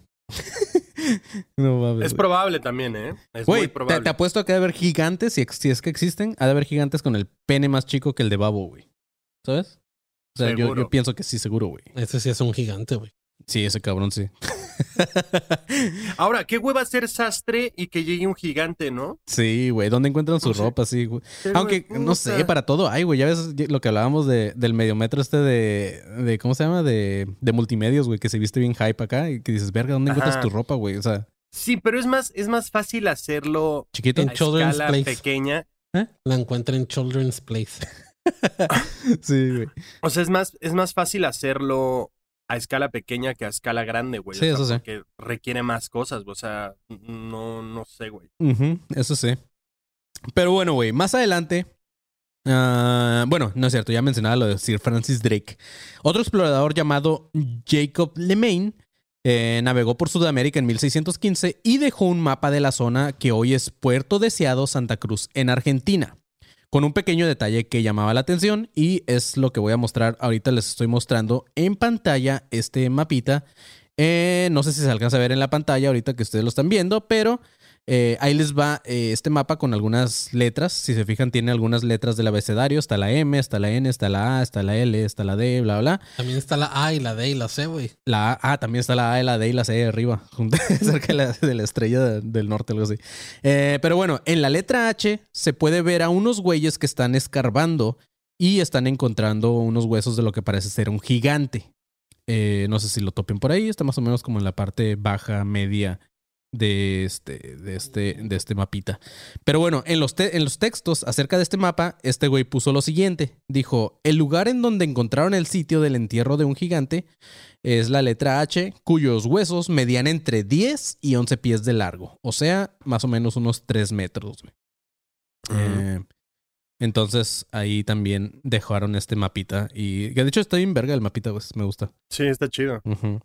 No mames. Es güey. probable también, ¿eh? Es Güey, muy te, probable. te apuesto a que ha de haber gigantes, si, ex- si es que existen, ha de haber gigantes con el pene más chico que el de Babo, güey. ¿Sabes? O sea, yo, Seguro. yo pienso que sí, seguro, güey. Ese sí es un gigante, güey. Sí, ese cabrón sí. Ahora, qué hueva ser sastre y que llegue un gigante, ¿no? Sí, güey. ¿Dónde encuentran su O sea, ropa? Sí, güey. Pero, Aunque, no sé, para todo hay, güey. Ya ves lo que hablábamos de, del mediometro este de, de... ¿Cómo se llama? De, de multimedios, güey. Que se viste bien hype acá. Y que dices, verga, ¿dónde encuentras Ajá. tu ropa, güey? O sea, Sí, pero es más, es más fácil hacerlo chiquito. En a Children's escala Place. pequeña. La encuentra en Children's Place. Sí, güey. O sea, es más, es más fácil hacerlo a escala pequeña que a escala grande, güey. Sí, O sea, eso sí. porque requiere más cosas, güey. O sea, no, no sé, güey. Ujú, eso sí. Pero bueno, güey, más adelante. ah, bueno, no es cierto, ya mencionaba lo de Sir Francis Drake. Otro explorador llamado Jacob Lemaine eh, navegó por Sudamérica en mil seiscientos quince y dejó un mapa de la zona que hoy es Puerto Deseado, Santa Cruz, en Argentina. Con un pequeño detalle que llamaba la atención y es lo que voy a mostrar. Ahorita les estoy mostrando en pantalla este mapita. Eh, no sé si se alcanza a ver en la pantalla ahorita que ustedes lo están viendo, pero eh, ahí les va eh, este mapa con algunas letras. Si se fijan, tiene algunas letras del abecedario. Está la M, está la N, está la A, está la L, está la D, bla, bla. También está la A y la D y la C, güey. La A, ah, también está la A, la D y la C arriba, junto- cerca de la, de la estrella de- del norte, algo así. Eh, pero bueno, en la letra H se puede ver a unos güeyes que están escarbando y están encontrando unos huesos de lo que parece ser un gigante. Eh, no sé si lo topen por ahí, está más o menos como en la parte baja, media de este, de este, de este mapita. Pero bueno, en los, te- en los textos acerca de este mapa, este güey puso lo siguiente. Dijo, el lugar en donde encontraron el sitio del entierro de un gigante es la letra H, cuyos huesos medían entre diez y once pies de largo. O sea, más o menos unos tres metros, güey. Eh, entonces, ahí también dejaron este mapita. Y que de hecho está bien verga el mapita, güey. Me gusta. Sí, está chido. Ujú.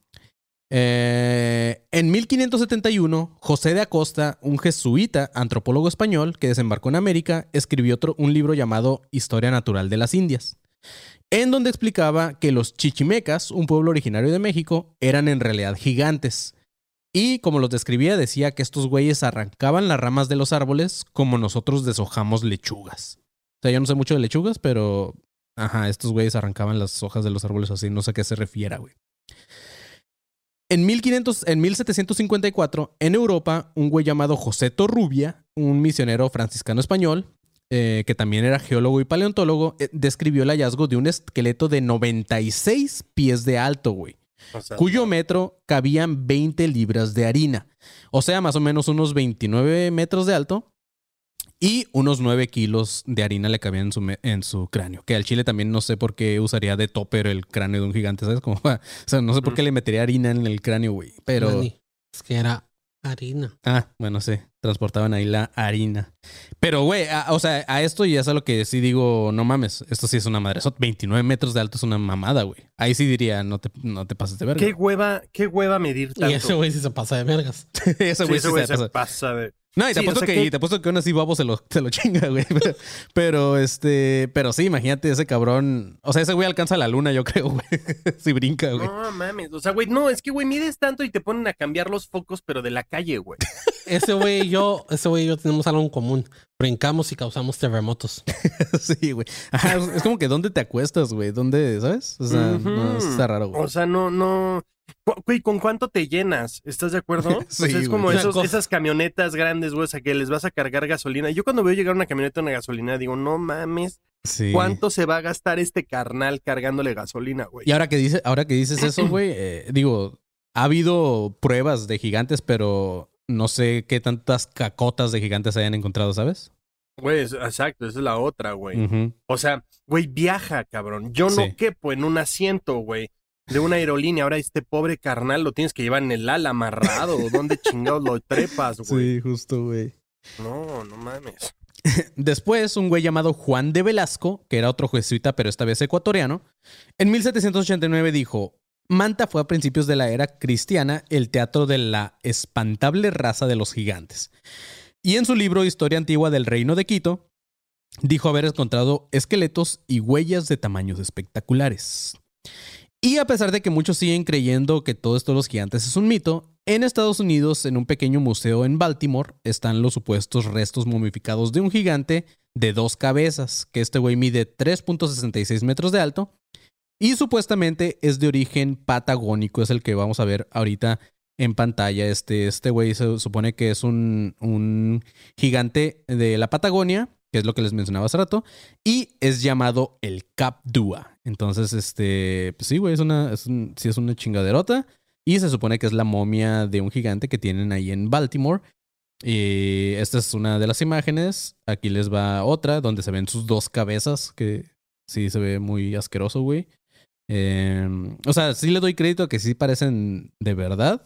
Eh, en mil quinientos setenta y uno, José de Acosta, un jesuita, antropólogo español que desembarcó en América, escribió otro, un libro llamado Historia Natural de las Indias, en donde explicaba que los chichimecas, un pueblo originario de México, eran en realidad gigantes. Y como los describía, decía que estos güeyes arrancaban las ramas de los árboles como nosotros deshojamos lechugas. O sea, yo no sé mucho de lechugas, pero... Ajá, estos güeyes arrancaban las hojas de los árboles así. No sé a qué se refiera, güey. En, mil quinientos, en mil setecientos cincuenta y cuatro, en Europa, un güey llamado José Torrubia, un misionero franciscano español, eh, que también era geólogo y paleontólogo, eh, describió el hallazgo de un esqueleto de noventa y seis pies de alto, güey. O sea, Cuyo metro cabían veinte libras de harina. O sea, más o menos unos veintinueve metros de alto. Y unos nueve kilos de harina le cabían en su, me- en su cráneo. Que al chile también no sé por qué usaría de topper el cráneo de un gigante, ¿sabes? Como, o sea, no sé por qué le metería harina en el cráneo, güey. Pero... Manny, es que era harina. Ah, bueno, sí. Transportaban ahí la harina. Pero, güey, a- o sea, a esto ya es a lo que sí digo, no mames, esto sí es una madre. Eso, veintinueve metros de alto es una mamada, güey. Ahí sí diría, no te, no te pases de verga. qué hueva, qué hueva medir tanto. Y ese güey sí se pasa de vergas. Ese Sí, güey ese sí güey se se pasa. pasa de... No, y te Sí, apuesto o sea que, que- y te apuesto que aún así Babo se lo, se lo chinga, güey. Pero, pero, este, pero sí, imagínate ese cabrón. O sea, ese güey alcanza la luna, yo creo, güey. Si brinca, güey. No mames, o sea, güey, no, es que, güey, mides tanto y te ponen a cambiar los focos, pero de la calle, güey. Ese güey y yo, ese güey y yo tenemos algo en común. Brincamos y causamos terremotos. Sí, güey. Ajá, es como que ¿dónde te acuestas, güey? ¿Dónde, sabes? O sea, no, Ujú. está raro, güey. O sea, no, no. Cu- Güey, ¿con cuánto te llenas? ¿Estás de acuerdo? Sí, o sea, es como güey. esos, Una cosa- esas camionetas grandes, güey, o sea, que les vas a cargar gasolina. Yo cuando veo llegar una camioneta a una gasolina, digo, no mames, Sí. ¿cuánto se va a gastar este carnal cargándole gasolina, güey? Y ahora que, dice, ahora que dices eso, güey, eh, digo, ha habido pruebas de gigantes, pero no sé qué tantas cacotas de gigantes hayan encontrado, ¿sabes? Güey, es- exacto, esa es la otra, güey. Ujú. O sea, güey, viaja, cabrón. Yo Sí. no quepo en un asiento, güey, de una aerolínea. Ahora este pobre carnal lo tienes que llevar en el ala amarrado. ¿Dónde chingados lo trepas, güey? Sí, justo, güey. No, no mames. Después, un güey llamado Juan de Velasco, que era otro jesuita, pero esta vez ecuatoriano, en mil setecientos ochenta y nueve dijo: Manta fue a principios de la era cristiana el teatro de la espantable raza de los gigantes. Y en su libro Historia Antigua del Reino de Quito, dijo haber encontrado esqueletos y huellas de tamaños espectaculares. Y a pesar de que muchos siguen creyendo que todo esto de los gigantes es un mito, en Estados Unidos, en un pequeño museo en Baltimore, están los supuestos restos momificados de un gigante de dos cabezas, que este güey mide tres punto sesenta y seis metros de alto y supuestamente es de origen patagónico, es el que vamos a ver ahorita en pantalla. Este este güey se supone que es un, un gigante de la Patagonia, que es lo que les mencionaba hace rato, y es llamado el Capdua. Entonces, este, pues sí, güey, es una, es un, sí es una chingaderota. Y se supone que es la momia de un gigante que tienen ahí en Baltimore. Y esta es una de las imágenes. Aquí les va otra donde se ven sus dos cabezas, que sí se ve muy asqueroso, güey. Eh, o sea, sí le doy crédito a que sí parecen de verdad.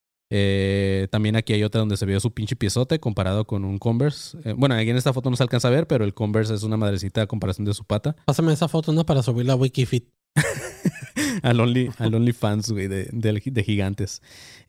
Eh, también aquí hay otra donde se ve su pinche piezote comparado con un Converse. Eh, bueno, aquí en esta foto no se alcanza a ver, pero el Converse es una madrecita a comparación de su pata. Pásame esa foto, ¿no? Para subirla a Wikifit. al, only, al OnlyFans, güey, de, de, de gigantes.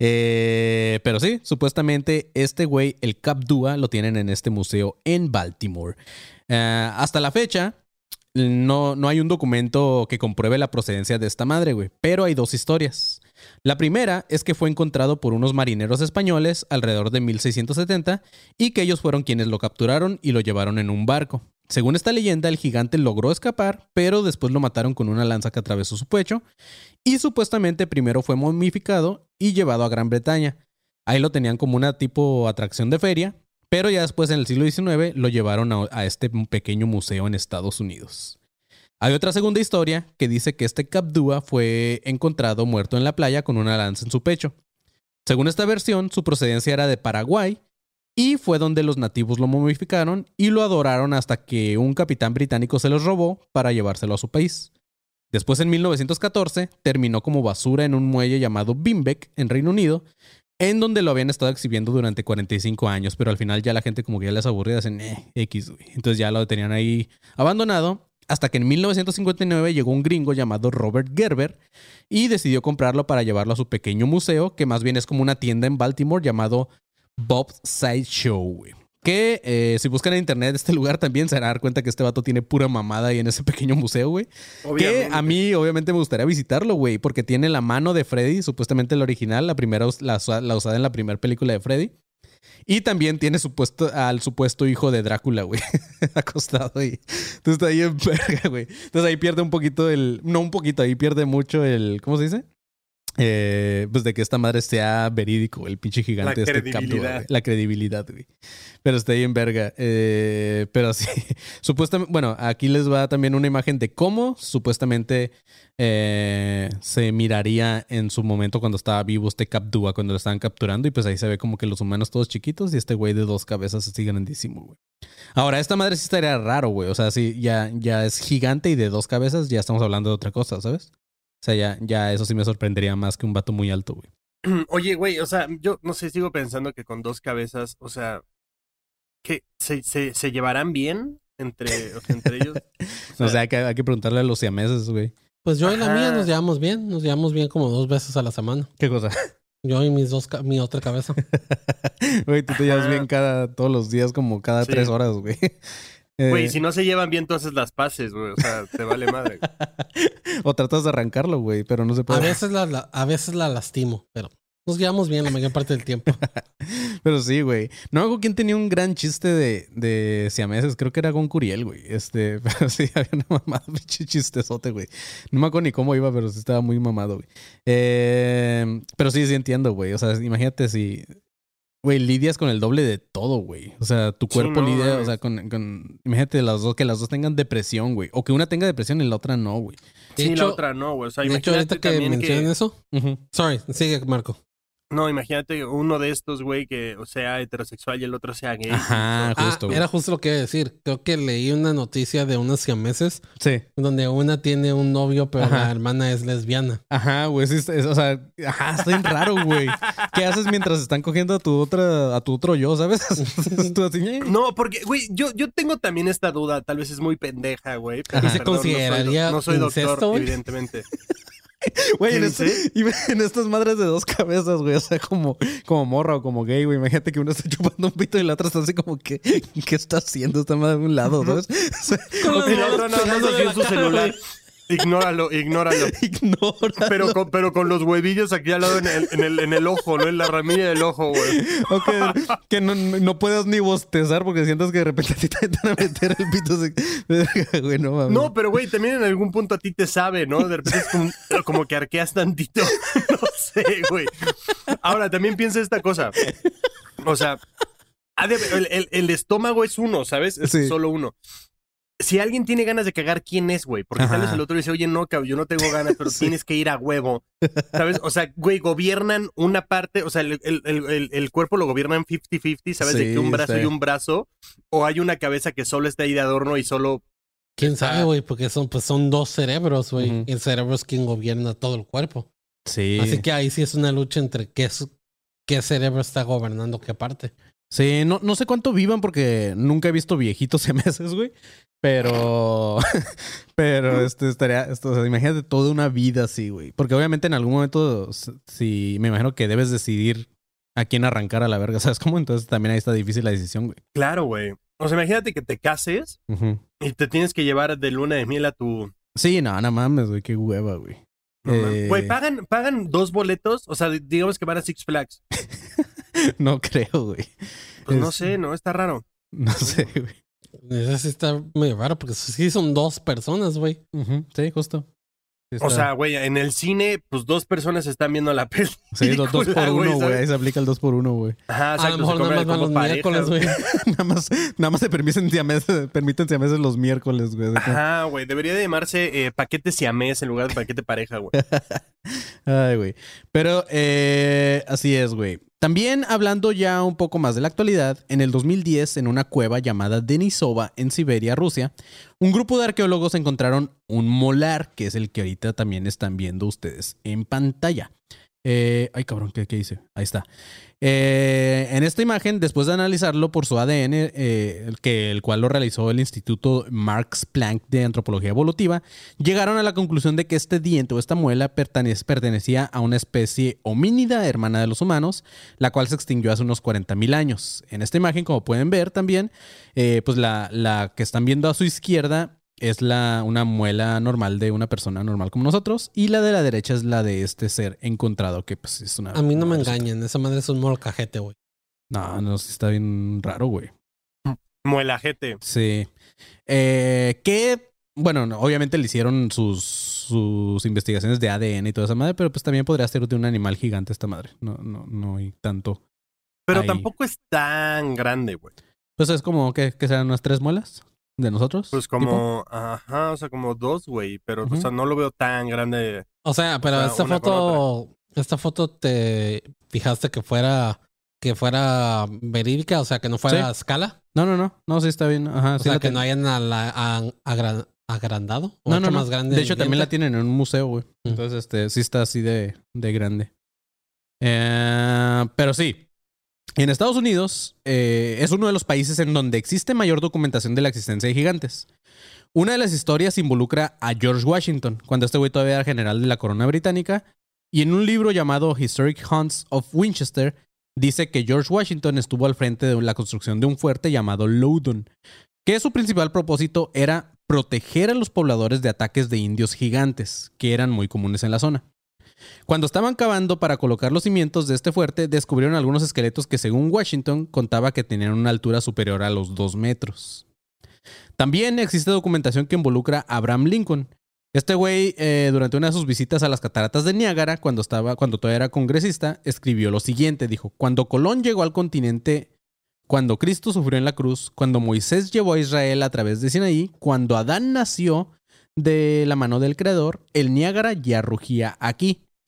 Eh, pero sí, supuestamente este güey, el Capdua, lo tienen en este museo en Baltimore. Eh, hasta la fecha, no, no hay un documento que compruebe la procedencia de esta madre, güey. Pero hay dos historias. La primera es que fue encontrado por unos marineros españoles alrededor de mil seiscientos setenta y que ellos fueron quienes lo capturaron y lo llevaron en un barco. Según esta leyenda, el gigante logró escapar, pero después lo mataron con una lanza que atravesó su pecho y supuestamente primero fue momificado y llevado a Gran Bretaña. Ahí lo tenían como una tipo atracción de feria, pero ya después en el siglo diecinueve lo llevaron a, a este pequeño museo en Estados Unidos. Hay otra segunda historia que dice que este Capdua fue encontrado muerto en la playa con una lanza en su pecho. Según esta versión, su procedencia era de Paraguay y fue donde los nativos lo momificaron y lo adoraron hasta que un capitán británico se los robó para llevárselo a su país. Después, en mil novecientos catorce, terminó como basura en un muelle llamado Bimbeck, en Reino Unido, en donde lo habían estado exhibiendo durante cuarenta y cinco años, pero al final ya la gente como que ya les aburría, dicen, eh, X, güey. Entonces ya lo tenían ahí abandonado. Hasta que en mil novecientos cincuenta y nueve llegó un gringo llamado Robert Gerber y decidió comprarlo para llevarlo a su pequeño museo, que más bien es como una tienda en Baltimore llamado Bob's Sideshow, güey. Que eh, si buscan en internet este lugar también se van a dar cuenta que este vato tiene pura mamada ahí en ese pequeño museo, güey. Que a mí obviamente me gustaría visitarlo, güey, porque tiene la mano de Freddy, supuestamente la original, la primera, la, la usada en la primera película de Freddy. Y también tiene supuesto, al supuesto hijo de Drácula, güey, acostado ahí. Entonces está ahí en verga, güey. Entonces ahí pierde un poquito el... No un poquito, ahí pierde mucho el... ¿Cómo se dice? Eh, pues de que esta madre sea verídico, el pinche gigante. La este credibilidad. Capdua, la credibilidad, güey. Pero está ahí en verga. Eh, pero sí, supuestamente... Bueno, aquí les va también una imagen de cómo supuestamente eh, se miraría en su momento cuando estaba vivo este Capdua, cuando lo estaban capturando. Y pues ahí se ve como que los humanos todos chiquitos y este güey de dos cabezas así grandísimo, güey. Ahora, esta madre sí estaría raro, güey. O sea, sí, ya, ya es gigante y de dos cabezas ya estamos hablando de otra cosa, ¿sabes? O sea, ya, ya eso sí me sorprendería más que un vato muy alto, güey. Oye, güey, o sea, yo no sé, sigo pensando que con dos cabezas, o sea, que se, se, se llevarán bien entre, o sea, entre ellos. O sea, o sea hay, que, hay que preguntarle a los siameses, güey. Pues yo y la Ajá. mía nos llevamos bien. Nos llevamos bien como dos veces a la semana. ¿Qué cosa? Yo y mis dos, ca- mi otra cabeza. Güey, tú te llevas Ajá. bien cada, todos los días como cada Sí. tres horas, güey. Güey, Eh, si no se llevan bien, tú haces las paces, güey. O sea, te vale madre. o tratas de arrancarlo, güey, pero no se A puede. veces la, la- a veces la lastimo, pero nos llevamos bien la mayor parte del tiempo. Pero sí, güey. No hago quién tenía un gran chiste de, de siameses. Creo que era Gon Curiel, güey. Este, pero sí, había una mamada, pinche chistezote, güey. No me acuerdo ni cómo iba, pero sí estaba muy mamado, güey. Eh, pero sí, sí entiendo, güey. O sea, imagínate si... Güey, lidias con el doble de todo, güey. O sea, tu Sí, cuerpo no, lidia, mames. o sea, con, con... Imagínate las dos, que las dos tengan depresión, güey. O que una tenga depresión y la otra no, güey. De Sí, hecho- la otra no, güey. O sea, De hecho, imagínate ahorita que también mencionan que... eso. Sorry, sigue, Marco. No, imagínate uno de estos, güey, que o sea heterosexual y el otro sea gay. Ajá, Ah, justo, güey. era justo lo que iba a decir. Creo que leí una noticia de unos siameses Sí. donde una tiene un novio, pero Ajá. la hermana es lesbiana. Ajá, güey. Sí, es- o sea, ajá, está bien raro, güey. ¿Qué haces mientras están cogiendo a tu otra, a tu otro yo, sabes? Tú así, ¿eh? No, porque, güey, yo, yo tengo también esta duda, tal vez es muy pendeja, güey. pero, Ajá. ¿Y se perdón, no soy do- consideraría No soy, doctor, incesto, güey? evidentemente. Güey, ¿Qué en, esto- dice? y en estas madres de dos cabezas, güey. O sea, como, como morra o como gay, güey. Imagínate que uno está chupando un pito y la otra está así como que, ¿qué está haciendo esta madre de un lado, sabes? O sea, Y la otra nada más así en su celular. Ignóralo, ignóralo. ignora. Pero con, pero con los huevillos aquí al lado en el, en el, en el ojo, ¿no? En la ramilla del ojo, güey. O que, que no, no puedas ni bostezar porque sientas que de repente a ti te van a meter el pito. Así. Güey, no mames. No, pero güey, también en algún punto a ti te sabe, ¿no? De repente es como, como que arqueas tantito. No sé, güey. Ahora, también piensa esta cosa. O sea, ha de- el, el- el estómago es uno, ¿sabes? Es Sí. solo uno. Si alguien tiene ganas de cagar, ¿quién es, güey? Porque tal vez Ajá. el otro dice, oye, no, cabrón, yo no tengo ganas, pero Sí. tienes que ir a huevo. ¿Sabes? O sea, güey, gobiernan una parte, o sea, el, el- el- el- el cuerpo lo gobiernan cincuenta cincuenta, ¿sabes? de Sí, que un brazo sí. y un brazo, o hay una cabeza que solo está ahí de adorno y solo... ¿Quién Está- sabe, güey? Porque son, pues, son dos cerebros, güey. Ujú. Y el cerebro es quien gobierna todo el cuerpo. Sí. Así que ahí sí es una lucha entre qué, es- qué cerebro está gobernando qué parte. Sí, no, no sé cuánto vivan porque nunca he visto viejitos meses, güey. Pero, pero este estaría, esto, o sea, imagínate toda una vida así, güey. Porque obviamente en algún momento, s- si me imagino que debes decidir a quién arrancar a la verga, ¿sabes cómo? Entonces también ahí está difícil la decisión, güey. Claro, güey. O sea, imagínate que te cases Ujú. y te tienes que llevar de luna de miel a tu... Sí, no, no mames, güey, qué hueva, güey. no mames. Eh, Güey, pagan, pagan dos boletos, o sea, digamos que van a Six Flags. No creo, güey. Pues no Es- sé, ¿no? Está raro. No sé, güey. Eso sí está medio raro porque sí son dos personas, güey. Ujú, sí, justo. Sí O está- sea, güey, en el cine, pues dos personas están viendo la peli. sí, dos, dos por uno, güey. ¿sabes? Ahí se aplica el dos por uno, güey. Ajá, A exacto. lo mejor se nada compran más van como los pareja, miércoles, güey. nada más, nada más se permiten siameses, permiten siameses los miércoles, güey. Ajá, güey. Debería de llamarse eh, paquete siamés en lugar de paquete pareja, güey. Ay, güey. Pero eh, así es, güey. También hablando ya un poco más de la actualidad, en el dos mil diez, en una cueva llamada Denisova, en Siberia, Rusia, un grupo de arqueólogos encontraron un molar, que es el que ahorita también están viendo ustedes en pantalla. Eh, ay, cabrón, ¿qué, qué hice? Ahí está. Eh, en esta imagen, después de analizarlo por su A D N, eh, el, que, el cual lo realizó el Instituto Max Planck de Antropología Evolutiva, llegaron a la conclusión de que este diente o esta muela pertenec- pertenecía a una especie homínida hermana de los humanos, la cual se extinguió hace unos cuarenta mil años. En esta imagen, como pueden ver también, eh, pues la, la que están viendo a su izquierda es la, una muela normal de una persona normal como nosotros, y la de la derecha es la de este ser encontrado, que pues es una... A mí no me una- engañen, esa madre es un molcajete, güey. No, no, sí está bien raro, güey. Muelajete. Sí. Eh, que, bueno, no, obviamente le hicieron sus, sus investigaciones de A D N y toda esa madre, pero pues también podría ser de un animal gigante esta madre. No, no, no hay tanto. Pero Ahí. tampoco es tan grande, güey. Pues es como que, que sean unas tres muelas de nosotros. Pues tipo. como, ajá, o sea, como dos, güey. Pero, Ujú. o sea, no lo veo tan grande. O sea, pero O sea, esta una con foto, esta foto te fijaste que fuera, que fuera verídica, o sea, que no fuera Sí. a escala, No, no, no. No, sí está bien. Ajá, o sí sea, la que ten- no hayan a la- a- agra- agrandado, o No, hecho no, no. más grande. De el hecho, también la diente. tienen en un museo, güey. Mm. Entonces, este, sí está así de, de grande. Eh, pero sí. En Estados Unidos eh, es uno de los países en donde existe mayor documentación de la existencia de gigantes. Una de las historias involucra a George Washington, cuando este güey todavía era general de la corona británica, y en un libro llamado Historic Hunts of Winchester, dice que George Washington estuvo al frente de la construcción de un fuerte llamado Loudon, que su principal propósito era proteger a los pobladores de ataques de indios gigantes, que eran muy comunes en la zona. Cuando estaban cavando para colocar los cimientos de este fuerte, descubrieron algunos esqueletos que, según Washington, contaba que tenían una altura superior a los dos metros. También existe documentación que involucra a Abraham Lincoln. Este güey, eh, durante una de sus visitas a las cataratas de Niágara, cuando, estaba, cuando todavía era congresista, escribió lo siguiente. Dijo, cuando Colón llegó al continente, cuando Cristo sufrió en la cruz, cuando Moisés llevó a Israel a través de Sinaí, cuando Adán nació de la mano del Creador, el Niágara ya rugía aquí.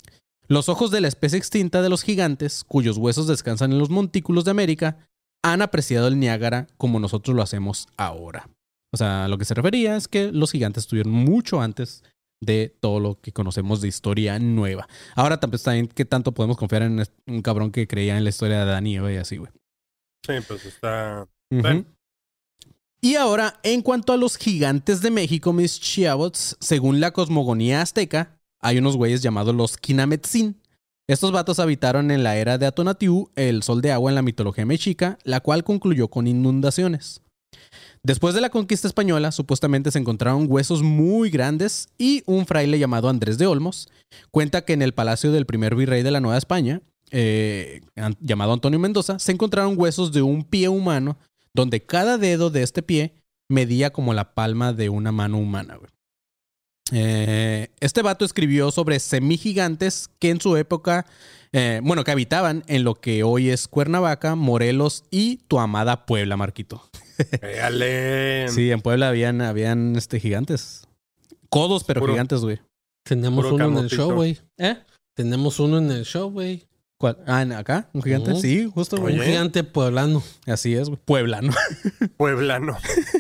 Los ojos de la especie extinta de los gigantes, cuyos huesos descansan en los montículos de América, han apreciado el Niágara como nosotros lo hacemos ahora. O sea, a lo que se refería es que los gigantes estuvieron mucho antes de todo lo que conocemos de historia nueva. Ahora también, ¿qué tanto podemos confiar en un cabrón que creía en la historia de Adán y Eva y así, güey? Sí, pues está... Uh-huh. Bueno. Y ahora, en cuanto a los gigantes de México, mis chiavots, según la cosmogonía azteca, hay unos güeyes llamados los Kinametsin. Estos vatos habitaron en la era de Atonatiuh, el sol de agua en la mitología mexica, la cual concluyó con inundaciones. Después de la conquista española, supuestamente se encontraron huesos muy grandes y un fraile llamado Andrés de Olmos cuenta que en el palacio del primer virrey de la Nueva España, eh, llamado Antonio Mendoza, se encontraron huesos de un pie humano donde cada dedo de este pie medía como la palma de una mano humana, güey. Eh, este vato escribió sobre semigigantes que en su época, eh, bueno, que habitaban en lo que hoy es Cuernavaca, Morelos y tu amada Puebla, Marquito. Dale. Sí, en Puebla habían, habían este, gigantes. Codos, pero Puro- gigantes, güey. Tenemos Puro uno en el camotito. show, güey. ¿Eh? Tenemos uno en el show, güey. ¿Cuál? Ah, ¿en acá? ¿Un gigante? Ujú. Sí, justo, güey. Un Oye. gigante pueblano. Así es, güey. Pueblano. Pueblano.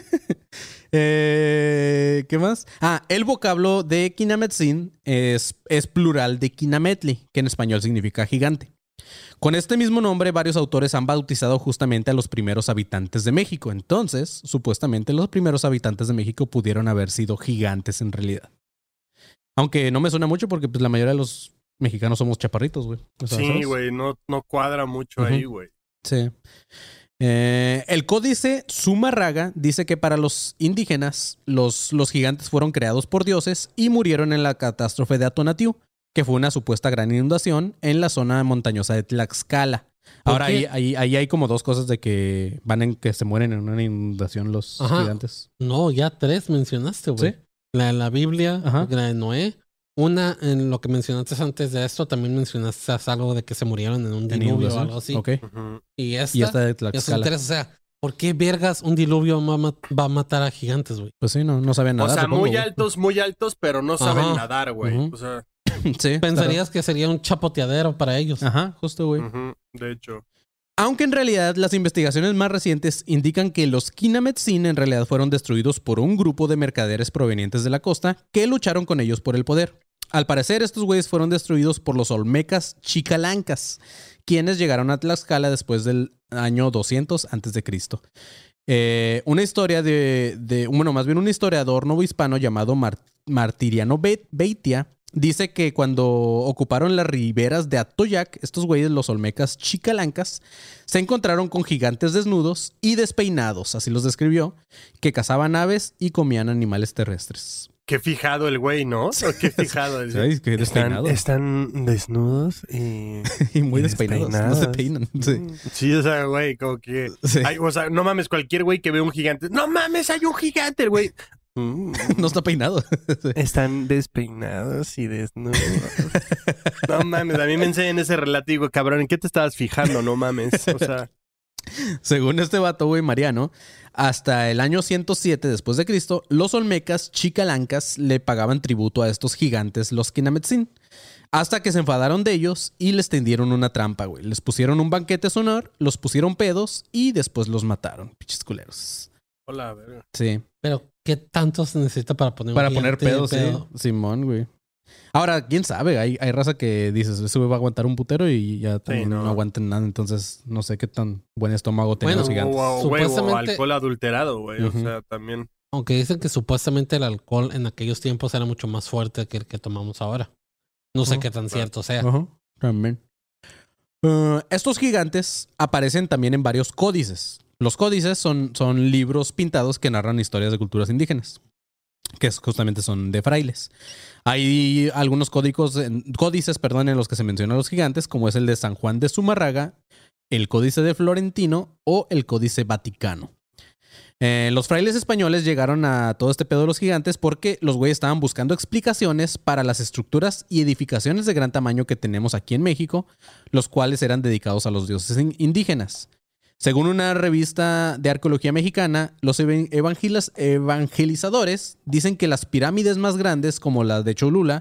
Eh, ¿Qué más? Ah, el vocablo de Kinametsin es, es plural de Kinametli, que en español significa gigante. Con este mismo nombre, varios autores han bautizado justamente a los primeros habitantes de México. Entonces, supuestamente los primeros habitantes de México pudieron haber sido gigantes en realidad. Aunque no me suena mucho porque pues, la mayoría de los mexicanos somos chaparritos, güey. O sea, Sí, ¿sabes? güey, no, no cuadra mucho Ujú. ahí, güey. Sí. Eh, el códice Zumarraga dice que para los indígenas los, los gigantes fueron creados por dioses y murieron en la catástrofe de Atonatiuh, que fue una supuesta gran inundación en la zona montañosa de Tlaxcala. ¿Por Ahora ahí, qué? ahí, ahí hay como dos cosas de que van en que se mueren en una inundación los Ajá. gigantes. No, ya tres mencionaste, güey. ¿Sí? La de la Biblia, Ajá. la de Noé. Una, en lo que mencionaste antes de esto, también mencionaste algo de que se murieron en un En diluvio o inundación. algo así. Ok. Ujú. Y esta, Y esta de ya son Tlaxcala. tres. O sea, ¿por qué vergas un diluvio va a, ma- va a matar a gigantes, güey? Pues sí, no, no sabían nada. O sea, supongo, muy güey. altos, muy altos, pero no saben Ajá. nadar, güey. Ujú. O sea, Sí, Pensarías que sería un chapoteadero para ellos. claro. Ajá, justo, güey. ujú, de hecho. Aunque en realidad las investigaciones más recientes indican que los Kinametsin en realidad fueron destruidos por un grupo de mercaderes provenientes de la costa que lucharon con ellos por el poder. Al parecer, estos güeyes fueron destruidos por los olmecas chicalancas, quienes llegaron a Tlaxcala después del año doscientos antes de Cristo. Eh, una historia de, de, bueno, más bien un historiador novohispano llamado Mar- Martiriano Be- Beitia dice que cuando ocuparon las riberas de Atoyac, estos güeyes, los olmecas chicalancas, se encontraron con gigantes desnudos y despeinados, así los describió, que cazaban aves y comían animales terrestres. Qué fijado el güey, ¿no? O qué fijado. el- ¿Sabes? Que despeinado. están desnudos y... Y muy y despeinados. No se peinan. Sí. Sí, o sea, güey, como que... Sí. Ay, o sea, no mames, cualquier güey que ve un gigante. ¡No mames, hay un gigante! El güey... Mm, No está peinado. están despeinados y desnudos. No mames, a mí me enseñan ese relato y digo, cabrón, ¿en qué te estabas fijando? No mames. O sea, Según este vato, güey, Mariano, hasta el año ciento siete después de Cristo, los olmecas chicalancas le pagaban tributo a estos gigantes, los Kinametsin, hasta que se enfadaron de ellos y les tendieron una trampa, güey. Les pusieron un banquete sonor, los pusieron pedos y después los mataron. Pinches culeros. hola, verga. Sí. Pero, ¿qué tanto se necesita para poner un Para poner gigante pedos, pedo? sí. Simón, güey. Ahora, quién sabe, hay, hay raza que dices, ese güey va a aguantar un putero y ya también no. no. aguanten nada. Entonces, no sé qué tan buen estómago tenían Bueno, los gigantes. O, o, güey, o Supuestamente- alcohol adulterado, güey. Ujú. O sea, también... Aunque dicen que supuestamente el alcohol en aquellos tiempos era mucho más fuerte que el que tomamos ahora. No sé Oh, qué tan cierto sea. Ajá, también. Uh, estos gigantes aparecen también en varios códices. Los códices son, son libros pintados que narran historias de culturas indígenas, que es- justamente son de frailes. Hay algunos códicos, en- códices perdón, en los que se mencionan a los gigantes, como es el de San Juan de Zumarraga, el Códice de Florentino o el Códice Vaticano. Eh, los frailes españoles llegaron a todo este pedo de los gigantes porque los güeyes estaban buscando explicaciones para las estructuras y edificaciones de gran tamaño que tenemos aquí en México, los cuales eran dedicados a los dioses in- indígenas. Según una revista de arqueología mexicana, los evan- evangelas- evangelizadores dicen que las pirámides más grandes, como las de Cholula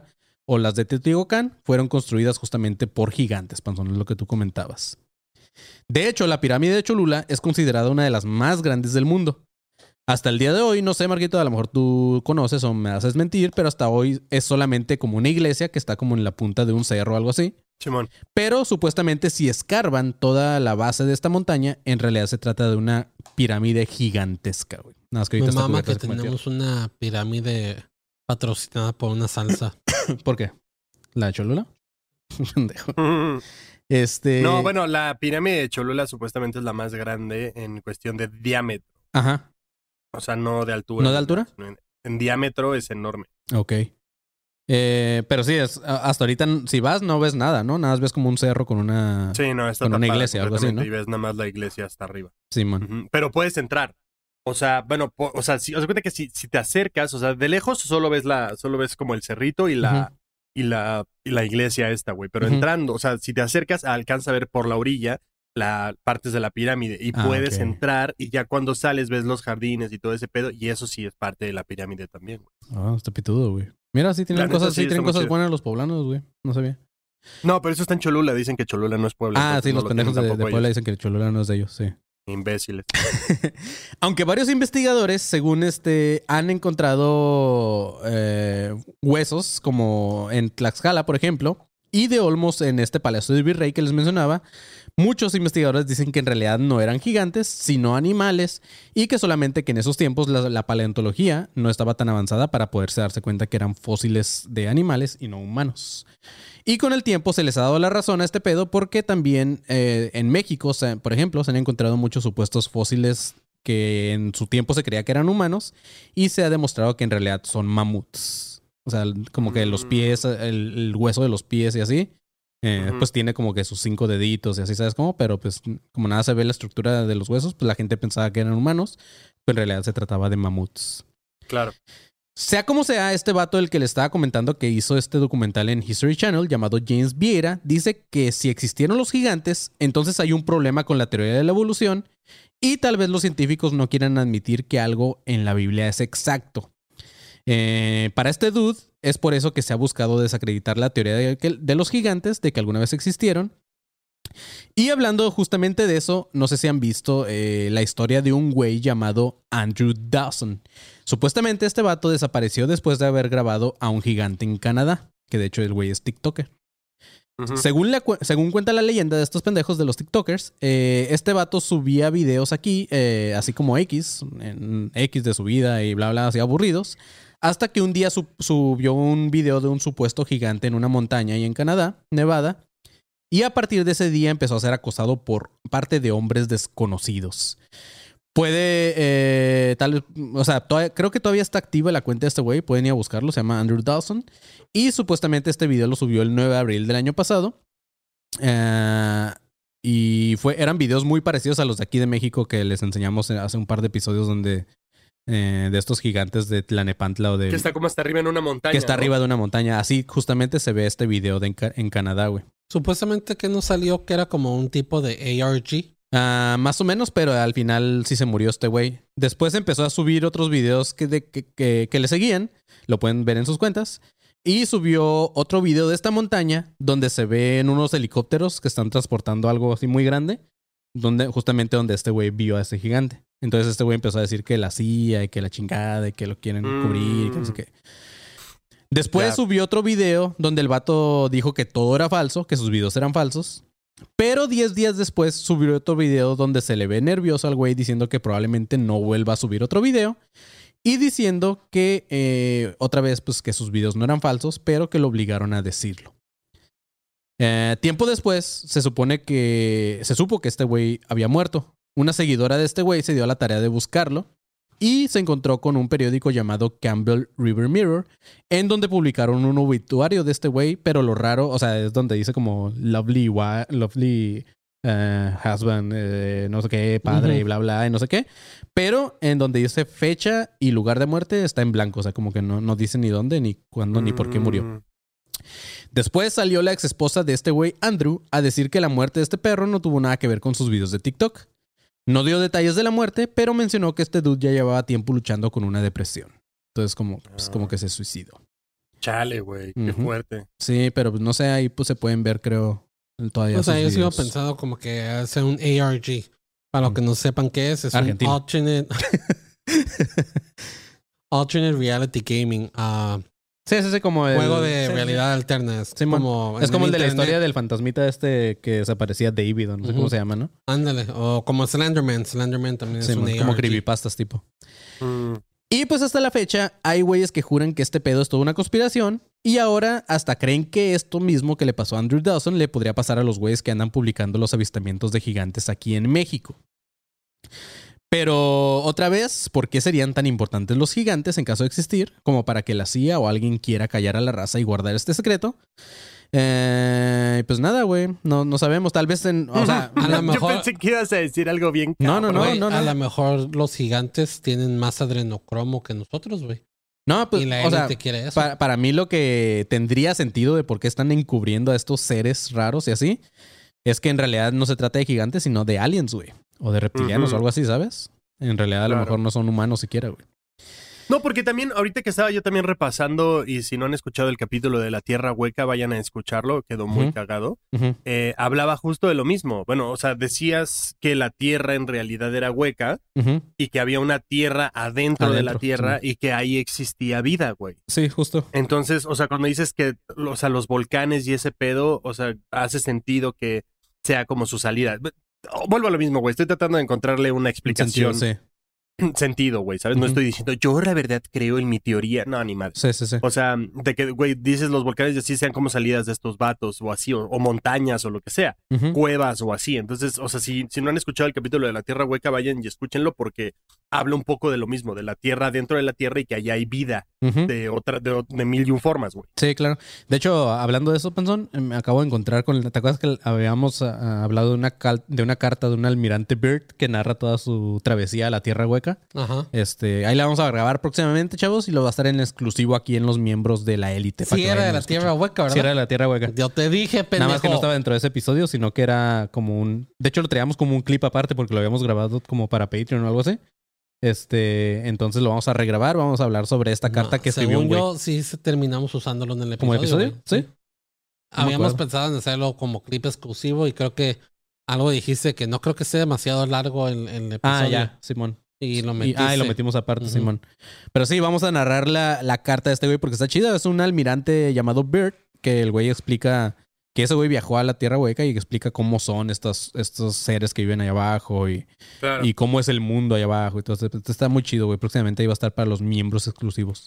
o las de Teotihuacán fueron construidas justamente por gigantes, Panzón, es lo que tú comentabas. De hecho, la pirámide de Cholula es considerada una de las más grandes del mundo. Hasta el día de hoy, no sé, Marquito, a lo mejor tú conoces o me haces mentir, pero hasta hoy es solamente como una iglesia que está como en la punta de un cerro o algo así. Simón. Pero supuestamente si escarban toda la base de esta montaña, en realidad se trata de una pirámide gigantesca, güey. Nada más que Mi ahorita está mamá que cubierta de tenemos una pirámide patrocinada por una salsa. ¿Por qué? ¿La de Cholula? Pendejo. Este... No, bueno, la pirámide de Cholula supuestamente es la más grande en cuestión de diámetro. Ajá. O sea, no de altura. ¿No de altura? En, en diámetro es enorme. Ok. Eh, pero sí, es, hasta ahorita si vas no ves nada, ¿no? Nada más ves como un cerro con una, sí, no, está con una tapada iglesia, algo así, ¿no? Y ves nada más la iglesia hasta arriba. Sí, man. Uh-huh. Pero puedes entrar. O sea, bueno, po, o sea, si, os cuenta que si, si te acercas, o sea, de lejos solo ves la, solo ves como el cerrito y la, uh-huh. y la, y la iglesia esta, güey. Pero uh-huh. entrando, o sea, si te acercas, alcanza a ver por la orilla las partes de la pirámide y ah, puedes okay. entrar y ya cuando sales ves los jardines y todo ese pedo y eso sí es parte de la pirámide también, güey. Ah, está pitudo, güey. Mira, sí tienen la cosas, sí, sí tienen cosas buenas los poblanos, güey. No sabía. No, pero eso está en Cholula, dicen que Cholula no es Puebla. Ah, sí, los no pendejos de, de Puebla ellos. Dicen que Cholula no es de ellos, sí. Imbéciles. Aunque varios investigadores, según este, han encontrado eh, huesos, como en Tlaxcala, por ejemplo, y de olmos en este Palacio del Virrey que les mencionaba, muchos investigadores dicen que en realidad no eran gigantes, sino animales, y que solamente que en esos tiempos la, la paleontología no estaba tan avanzada para poderse darse cuenta que eran fósiles de animales y no humanos. Y con el tiempo se les ha dado la razón a este pedo porque también eh, en México, o sea, por ejemplo, se han encontrado muchos supuestos fósiles que en su tiempo se creía que eran humanos y se ha demostrado que en realidad son mamuts. O sea, como que los pies, el, el hueso de los pies y así, eh, uh-huh. pues tiene como que sus cinco deditos y así, ¿sabes cómo? Pero pues como nada se ve la estructura de los huesos, pues la gente pensaba que eran humanos, pero en realidad se trataba de mamuts. Claro. Sea como sea, este vato del que le estaba comentando que hizo este documental en History Channel llamado James Vieira, dice que si existieron los gigantes, entonces hay un problema con la teoría de la evolución y tal vez los científicos no quieran admitir que algo en la Biblia es exacto. Eh, para este dude, es por eso que se ha buscado desacreditar la teoría de, que, de los gigantes, de que alguna vez existieron. Y hablando justamente de eso, no sé si han visto eh, la historia de un güey llamado Andrew Dawson. Supuestamente este vato desapareció después de haber grabado a un gigante en Canadá, que de hecho el güey es TikToker. Uh-huh. Según, la, según cuenta la leyenda de estos pendejos de los TikTokers, eh, este vato subía videos aquí, eh, así como X, en X de su vida y bla bla, así aburridos, hasta que un día sub- subió un video de un supuesto gigante en una montaña ahí en Canadá, Nevada. Y a partir de ese día empezó a ser acosado por parte de hombres desconocidos. Puede, eh, tal vez, o sea, todavía, creo que todavía está activa la cuenta de este güey. Pueden ir a buscarlo, se llama Andrew Dawson. Y supuestamente este video lo subió el nueve de abril del año pasado. Uh, y fue, eran videos muy parecidos a los de aquí de México que les enseñamos hace un par de episodios donde... Eh, de estos gigantes de Tlanepantla o de... Que está como hasta arriba en una montaña. Que está ¿no? arriba de una montaña. Así justamente se ve este video de en, en Canadá, güey. Supuestamente que no salió que era como un tipo de A R G. Uh, más o menos, pero al final sí se murió este güey. Después empezó a subir otros videos que, de, que, que, que le seguían. Lo pueden ver en sus cuentas. Y subió otro video de esta montaña donde se ven unos helicópteros que están transportando algo así muy grande. Donde, justamente donde este güey vio a este gigante. Entonces este güey empezó a decir que la C I A y que la chingada y que lo quieren mm. cubrir y que no sé qué. Después yeah. subió otro video donde el vato dijo que todo era falso, que sus videos eran falsos. Pero diez días después subió otro video donde se le ve nervioso al güey diciendo que probablemente no vuelva a subir otro video. Y diciendo que eh, otra vez pues que sus videos no eran falsos, pero que lo obligaron a decirlo. Eh, tiempo después se supone que se supo que este güey había muerto. Una seguidora de este güey se dio a la tarea de buscarlo y se encontró con un periódico llamado Campbell River Mirror, en donde publicaron un obituario de este güey, pero lo raro, o sea, es donde dice como lovely, lovely uh, husband, eh, no sé qué, padre, uh-huh. y bla, bla, y no sé qué. Pero en donde dice fecha y lugar de muerte está en blanco, o sea, como que no, no dice ni dónde, ni cuándo, mm. ni por qué murió. Después salió la ex esposa de este güey, Andrew, a decir que la muerte de este perro no tuvo nada que ver con sus videos de TikTok. No dio detalles de la muerte, pero mencionó que este dude ya llevaba tiempo luchando con una depresión. Entonces como, pues, como que se suicidó. Chale, güey, qué Ujú. fuerte. Sí, pero pues, no sé, ahí pues se pueden ver, creo, todavía O sea, sus yo sigo videos. pensando como que hace un A R G. Para los Mm. que no sepan qué es, es Argentina. un alternate, alternate reality gaming. ah, Sí, sí, sí, como el... juego de sí, realidad alterna. Es Sí, man. como, Es en como el de la internet. historia del fantasmita este que desaparecía David, o no sé cómo Ujú. se llama, ¿no? Ándale. O como Slenderman. Slenderman también Sí, es un man, A R G. como creepypastas tipo. Mm. Y pues hasta la fecha hay güeyes que juran que este pedo es toda una conspiración y ahora hasta creen que esto mismo que le pasó a Andrew Dawson le podría pasar a los güeyes que andan publicando los avistamientos de gigantes aquí en México. Pero otra vez, ¿por qué serían tan importantes los gigantes en caso de existir como para que la C I A o alguien quiera callar a la raza y guardar este secreto? Eh, pues nada, güey, no, no sabemos, tal vez en... O sea, A lo Yo mejor- pensé que ibas a decir algo bien No, no, cabrón. no, Güey, no, no. A lo mejor los gigantes tienen más adrenocromo que nosotros, güey. no, pues, y la o sea, élite quiere eso. Para, para mí lo que tendría sentido de por qué están encubriendo a estos seres raros y así, es que en realidad no se trata de gigantes, sino de aliens, güey. O de reptilianos Ujú. o algo así, ¿sabes? En realidad a lo Claro. mejor no son humanos siquiera, güey. No, porque también, ahorita que estaba yo también repasando, y si no han escuchado el capítulo de la Tierra Hueca, vayan a escucharlo, quedó muy Ujú. cagado. Ujú. Eh, hablaba justo de lo mismo. Bueno, o sea, decías que la Tierra en realidad era hueca Ujú. y que había una Tierra adentro, de la Adentro, Tierra sí. y que ahí existía vida, güey. Sí, justo. Entonces, o sea, cuando dices que, o sea, los volcanes y ese pedo, o sea, hace sentido que sea como su salida. Vuelvo a lo mismo, güey. Estoy tratando de encontrarle una explicación. Sentido, sí. Sentido, güey, ¿sabes? No Ujú. estoy diciendo, yo la verdad creo en mi teoría. No, ni madre. Sí, sí, sí. O sea, de que, güey, dices los volcanes y así sean como salidas de estos vatos o así, o, o montañas o lo que sea, Ujú. cuevas o así. Entonces, o sea, si, si no han escuchado el capítulo de la Tierra Hueca, vayan y escúchenlo porque habla un poco de lo mismo, de la Tierra dentro de la Tierra y que allá hay vida Ujú. de otra, de, de mil y un formas, güey. Sí, claro. De hecho, hablando de eso, Panzón, eh, me acabo de encontrar con... ¿Te acuerdas que habíamos ah, hablado de una, cal- de una carta de un almirante Byrd que narra toda su travesía a la Tierra Hueca? Ajá. Este, ahí la vamos a grabar próximamente, chavos, y lo va a estar en exclusivo aquí en los miembros de la élite. para Sí, que era vayan de y la lo escuchen. Tierra Hueca, ¿verdad? Sí, era de la Tierra Hueca. Yo te dije, pendejo. Nada más que no estaba dentro de ese episodio, sino que era como un... De hecho, lo traíamos como un clip aparte porque lo habíamos grabado como para Patreon o algo así. Este, entonces lo vamos a regrabar, vamos a hablar sobre esta carta No, que escribió un según güey. yo, sí se- terminamos usándolo en el episodio. ¿Como el episodio? güey. ¿Sí? No me Habíamos acuerdo. pensado en hacerlo como clip exclusivo y creo que algo dijiste que no creo que sea demasiado largo el, el episodio. Ah, ya, Simón. Y lo Y, metiste. ah, y lo metimos aparte, Ujú. Simón. Pero sí, vamos a narrar la, la carta de este güey porque está chida. Es un almirante llamado Byrd que el güey explica que ese güey viajó a la Tierra Hueca y explica cómo son estos, estos seres que viven allá abajo y, Claro. y cómo es el mundo allá abajo. Entonces, está muy chido, güey. Próximamente ahí va a estar para los miembros exclusivos.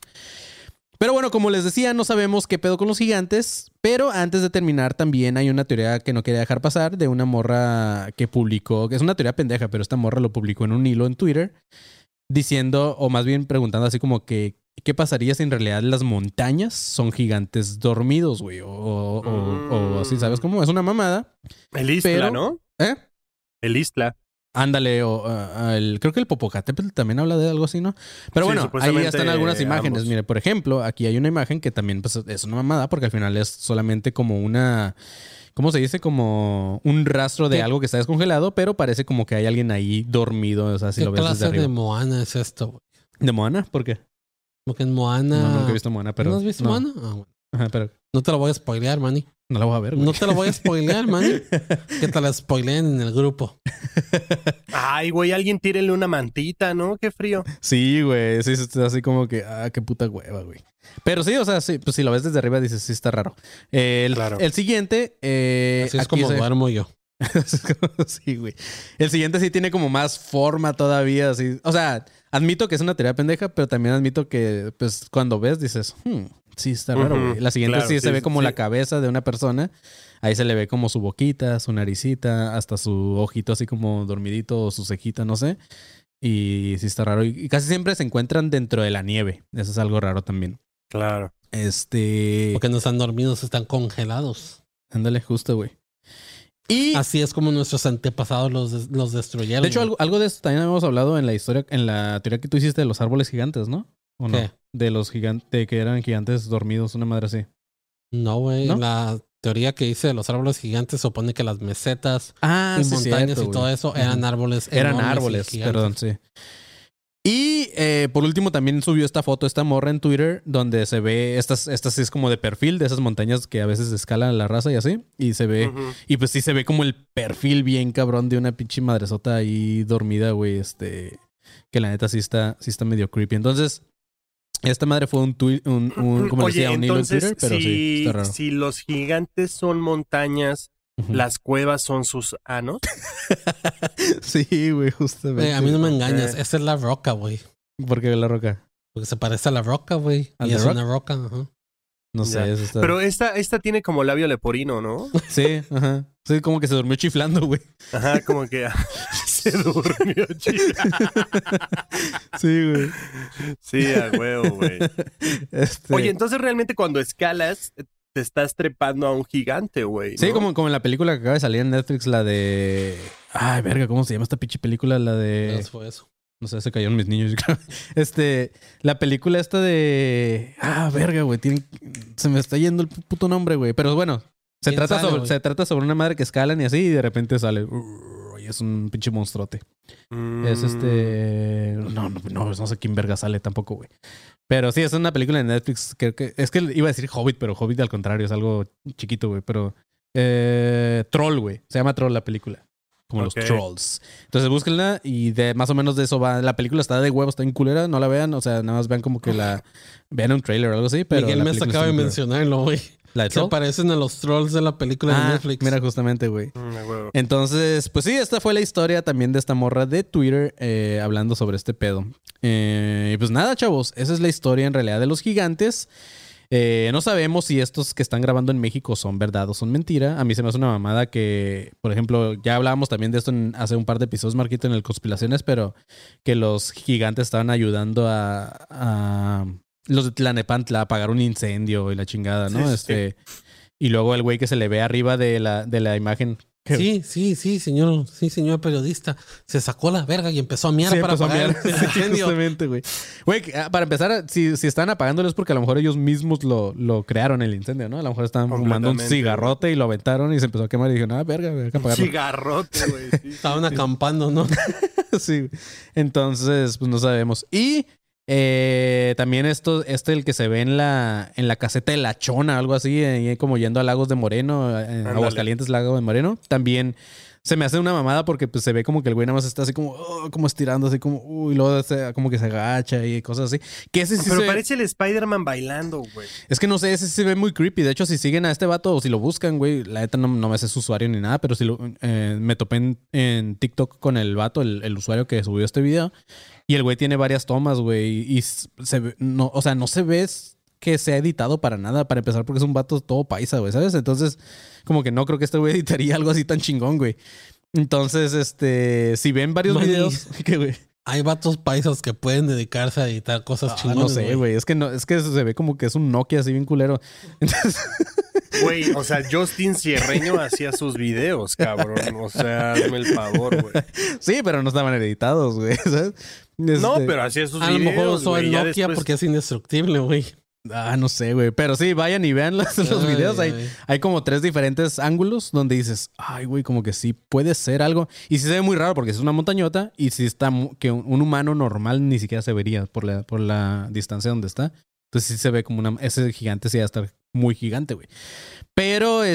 Pero bueno, como les decía, no sabemos qué pedo con los gigantes. Pero antes de terminar, también hay una teoría que no quería dejar pasar de una morra que publicó, que es una teoría pendeja, pero esta morra lo publicó en un hilo en Twitter, diciendo, o más bien preguntando así como que, ¿qué pasaría si en realidad las montañas son gigantes dormidos, güey? O, o, o- o así, ¿sabes cómo? Es una mamada. El Istla, pero- ¿no? ¿Eh? El Istla. Ándale, o uh, el, creo que el Popocatépetl también habla de algo así, ¿no? Pero Sí, bueno, ahí supuestamente están algunas imágenes. ambos. Mire, por ejemplo, aquí hay una imagen que también pues, es una mamada porque al final es solamente como una... ¿Cómo se dice? Como un rastro de ¿Qué? algo que está descongelado, pero parece como que hay alguien ahí dormido. O sea, si ¿Qué lo ves desde clase arriba. de Moana es esto, güey? ¿De Moana? ¿Por qué? Como que en Moana... No, nunca he visto Moana, pero... ¿No has visto no. Moana? Ah, bueno. Ajá, pero No te lo voy a spoilear, Manny. no la voy a ver, güey. No te lo voy a spoilear, Manny. Que te la spoileen en el grupo. Ay, güey, alguien tírenle una mantita, ¿no? Qué frío. Sí, güey. Sí, sí, está así como que... Ah, qué puta hueva, güey. Pero sí, o sea, sí, pues si lo ves desde arriba dices, sí está raro. Eh, el, Claro. el siguiente... Eh, Así es aquí como se- duermo yo. Sí, güey. El siguiente sí tiene como más forma todavía, así. O sea, admito que es una teoría pendeja, pero también admito que, pues, cuando ves dices, hmm, sí está raro, Ujú, güey. La siguiente claro, sí, sí, se ve como sí. la cabeza de una persona. Ahí se le ve como su boquita, su naricita, hasta su ojito así como dormidito o su cejita, no sé. Y sí está raro. Y, y casi siempre se encuentran dentro de la nieve. Eso es algo raro también. Claro. Este... Porque no están dormidos, están congelados. Ándale, justo, güey. Y... Así es como nuestros antepasados los, des- los destruyeron. De hecho, güey. algo, algo de esto también habíamos hablado en la historia, en la teoría que tú hiciste de los árboles gigantes, ¿no? ¿O no? ¿Qué? De los gigantes, que eran gigantes dormidos, una madre así. No, güey. ¿No? La teoría que hice de los árboles gigantes supone que las mesetas Ah, y sí, montañas cierto, y todo güey. eso Ujú. eran árboles Eran enormes y árboles, gigantes. perdón, sí. Y eh, por último también subió esta foto, esta morra en Twitter, donde se ve, estas, estas es como de perfil, de esas montañas que a veces escalan la raza y así. Y se ve, Ujú. y pues sí se ve como el perfil bien cabrón de una pinche madresota ahí dormida, güey. Este, que la neta sí está, sí está medio creepy. Entonces, esta madre fue un tweet, un, un, como Oye, decía, un hilo en entonces, Twitter, pero si, sí, está raro. si los gigantes son montañas, Ujú. las cuevas son sus anos. Sí, güey, justamente. Eh, a mí no me engañas. Ok. Esa es la roca, güey. ¿Por qué la roca? Porque se parece a la roca, güey. ¿Al Y The es Rock? una roca, ajá. No sé, Ya. eso está... Pero esta, esta tiene como labio leporino, ¿no? Sí, ajá. Sí, como que se durmió chiflando, güey. Ajá, como que se durmió, chica. Sí, güey. Sí, a huevo, güey. Este... Oye, entonces realmente cuando escalas, te estás trepando a un gigante, güey, ¿no? Sí, como, como en la película que acaba de salir en Netflix, la de... Ay, verga, ¿cómo se llama esta pinche película? La de... Entonces fue eso. No sé, se cayeron mis niños. Este... La película esta de... Ah, verga, güey. tiene- Se me está yendo el puto nombre, güey. Pero bueno, se ¿Quién trata, sale, sobre, güey? se trata sobre una madre que escalan y así, y de repente sale... Y es un pinche monstruote. Mm. Es este... No, no, no, no sé quién verga sale tampoco, güey. Pero sí, es una película de Netflix. Que, que- es que iba a decir Hobbit, pero Hobbit al contrario, es algo chiquito, güey. Pero... Eh, Troll, güey. Se llama Troll la película. Como Ok. los trolls. Entonces búsquenla y de más o menos de eso va. La película está de huevos, está en culera. No la vean. O sea, nada más vean como que la... Vean un trailer o algo así. Pero Miguel la me película acaba está de en culera. mencionarlo, güey. ¿La de Se Troll? parecen a los trolls de la película de Ah, Netflix. mira, justamente, güey. Mm, a huevo. Entonces, pues sí, esta fue la historia también de esta morra de Twitter eh, hablando sobre este pedo. Eh, y pues nada, chavos, esa es la historia en realidad de los gigantes. Eh, no sabemos si estos que están grabando en México son verdad o son mentira. A mí se me hace una mamada que, por ejemplo, ya hablábamos también de esto en- hace un par de episodios, Marquito, en el Conspiraciones, pero que los gigantes estaban ayudando a, a los de Tlanepantla a apagar un incendio y la chingada, ¿no? Sí, sí, este Y luego el güey que se le ve arriba de la, de la imagen. Sí, sí, sí, señor, sí, señor periodista. Se sacó la verga y empezó a miar Sí, para empezó a apagar miar. el Sí, incendio. justamente, güey. Güey, que, ah, para empezar, si, si están apagándolo es porque a lo mejor ellos mismos lo, lo crearon el incendio, ¿no? A lo mejor estaban fumando un Completamente, cigarrote y lo aventaron y se empezó a quemar y dijeron, ah, verga, hay que apagarlo. Cigarrote, güey. Sí. Estaban acampando, ¿no? Sí, güey. Entonces, pues no sabemos. Y eh, también esto, este el que se ve en la, en la caseta de La Chona, algo así, eh, como yendo a Lagos de Moreno, en Ándale. Aguascalientes, Lago de Moreno, también se me hace una mamada porque pues se ve como que el güey nada más está así como, oh, como estirando, así como, uy, y luego se- como que se agacha y cosas así. Que ese sí Pero se- parece el Spider-Man bailando, güey. Es que no sé, ese sí se ve muy creepy. De hecho, si siguen a este vato o si lo buscan, güey, la neta no, no me sé su usuario ni nada, pero si lo, eh, me topé en, en TikTok con el vato, el, el usuario que subió este video, y el güey tiene varias tomas, güey, y se ve, no, o sea, no se ve que sea editado para nada, para empezar, porque es un vato todo paisa, güey, ¿sabes? Entonces, como que no creo que este güey editaría algo así tan chingón, güey. Entonces, este, si ven varios Maní. videos, ¿qué, güey? Hay vatos paisas que pueden dedicarse a editar cosas Ah, chingonas. no sé, güey, es que no, es que se ve como que es un Nokia así bien culero. Entonces, Güey, o sea, Justin Cierreño hacía sus videos, cabrón. O sea, hazme el favor, güey. sí, pero no estaban editados, güey, ¿sabes? No, Este, pero hacía sus A lo videos, mejor usó güey. el Ya Nokia después- porque es indestructible, güey. Ah, no sé, güey. Pero sí, vayan y vean los, los Ay, videos. Hay, ay. hay como tres diferentes ángulos donde dices, ay, güey, como que sí puede ser algo. Y sí se ve muy raro porque es una montañota y sí está mu- que un, un humano normal ni siquiera se vería por la, por la distancia donde está. Entonces sí se ve como una... Ese gigante sí va a estar muy gigante, güey. Pero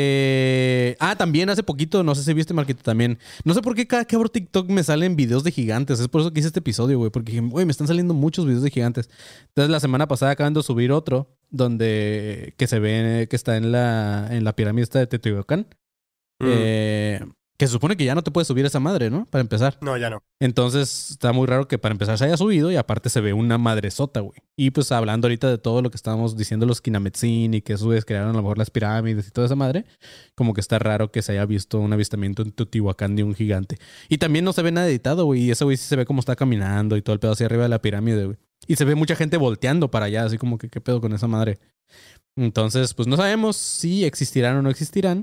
este... Ah, también hace poquito, no sé si viste, Marquito, también. No sé por qué cada que abro TikTok me salen videos de gigantes. Es por eso que hice este episodio, güey. Porque dije, güey, me están saliendo muchos videos de gigantes. Entonces la semana pasada acaban de subir otro donde... Que se ve que está en la, en la pirámide esta de Teotihuacán. Mm. Eh, que se supone que ya no te puedes subir a esa madre, ¿no? Para empezar. No, ya no. Entonces está muy raro que para empezar se haya subido y aparte se ve una madresota, güey. Y pues hablando ahorita de todo lo que estábamos diciendo los Kinametsin y que esos güeyes crearon a lo mejor las pirámides y toda esa madre, como que está raro que se haya visto un avistamiento en Teotihuacán de un gigante. Y también no se ve nada editado, güey. Y ese güey sí se ve como está caminando y todo el pedo hacia arriba de la pirámide, güey. Y se ve mucha gente volteando para allá, así como que qué pedo con esa madre. Entonces, pues no sabemos si existirán o no existirán.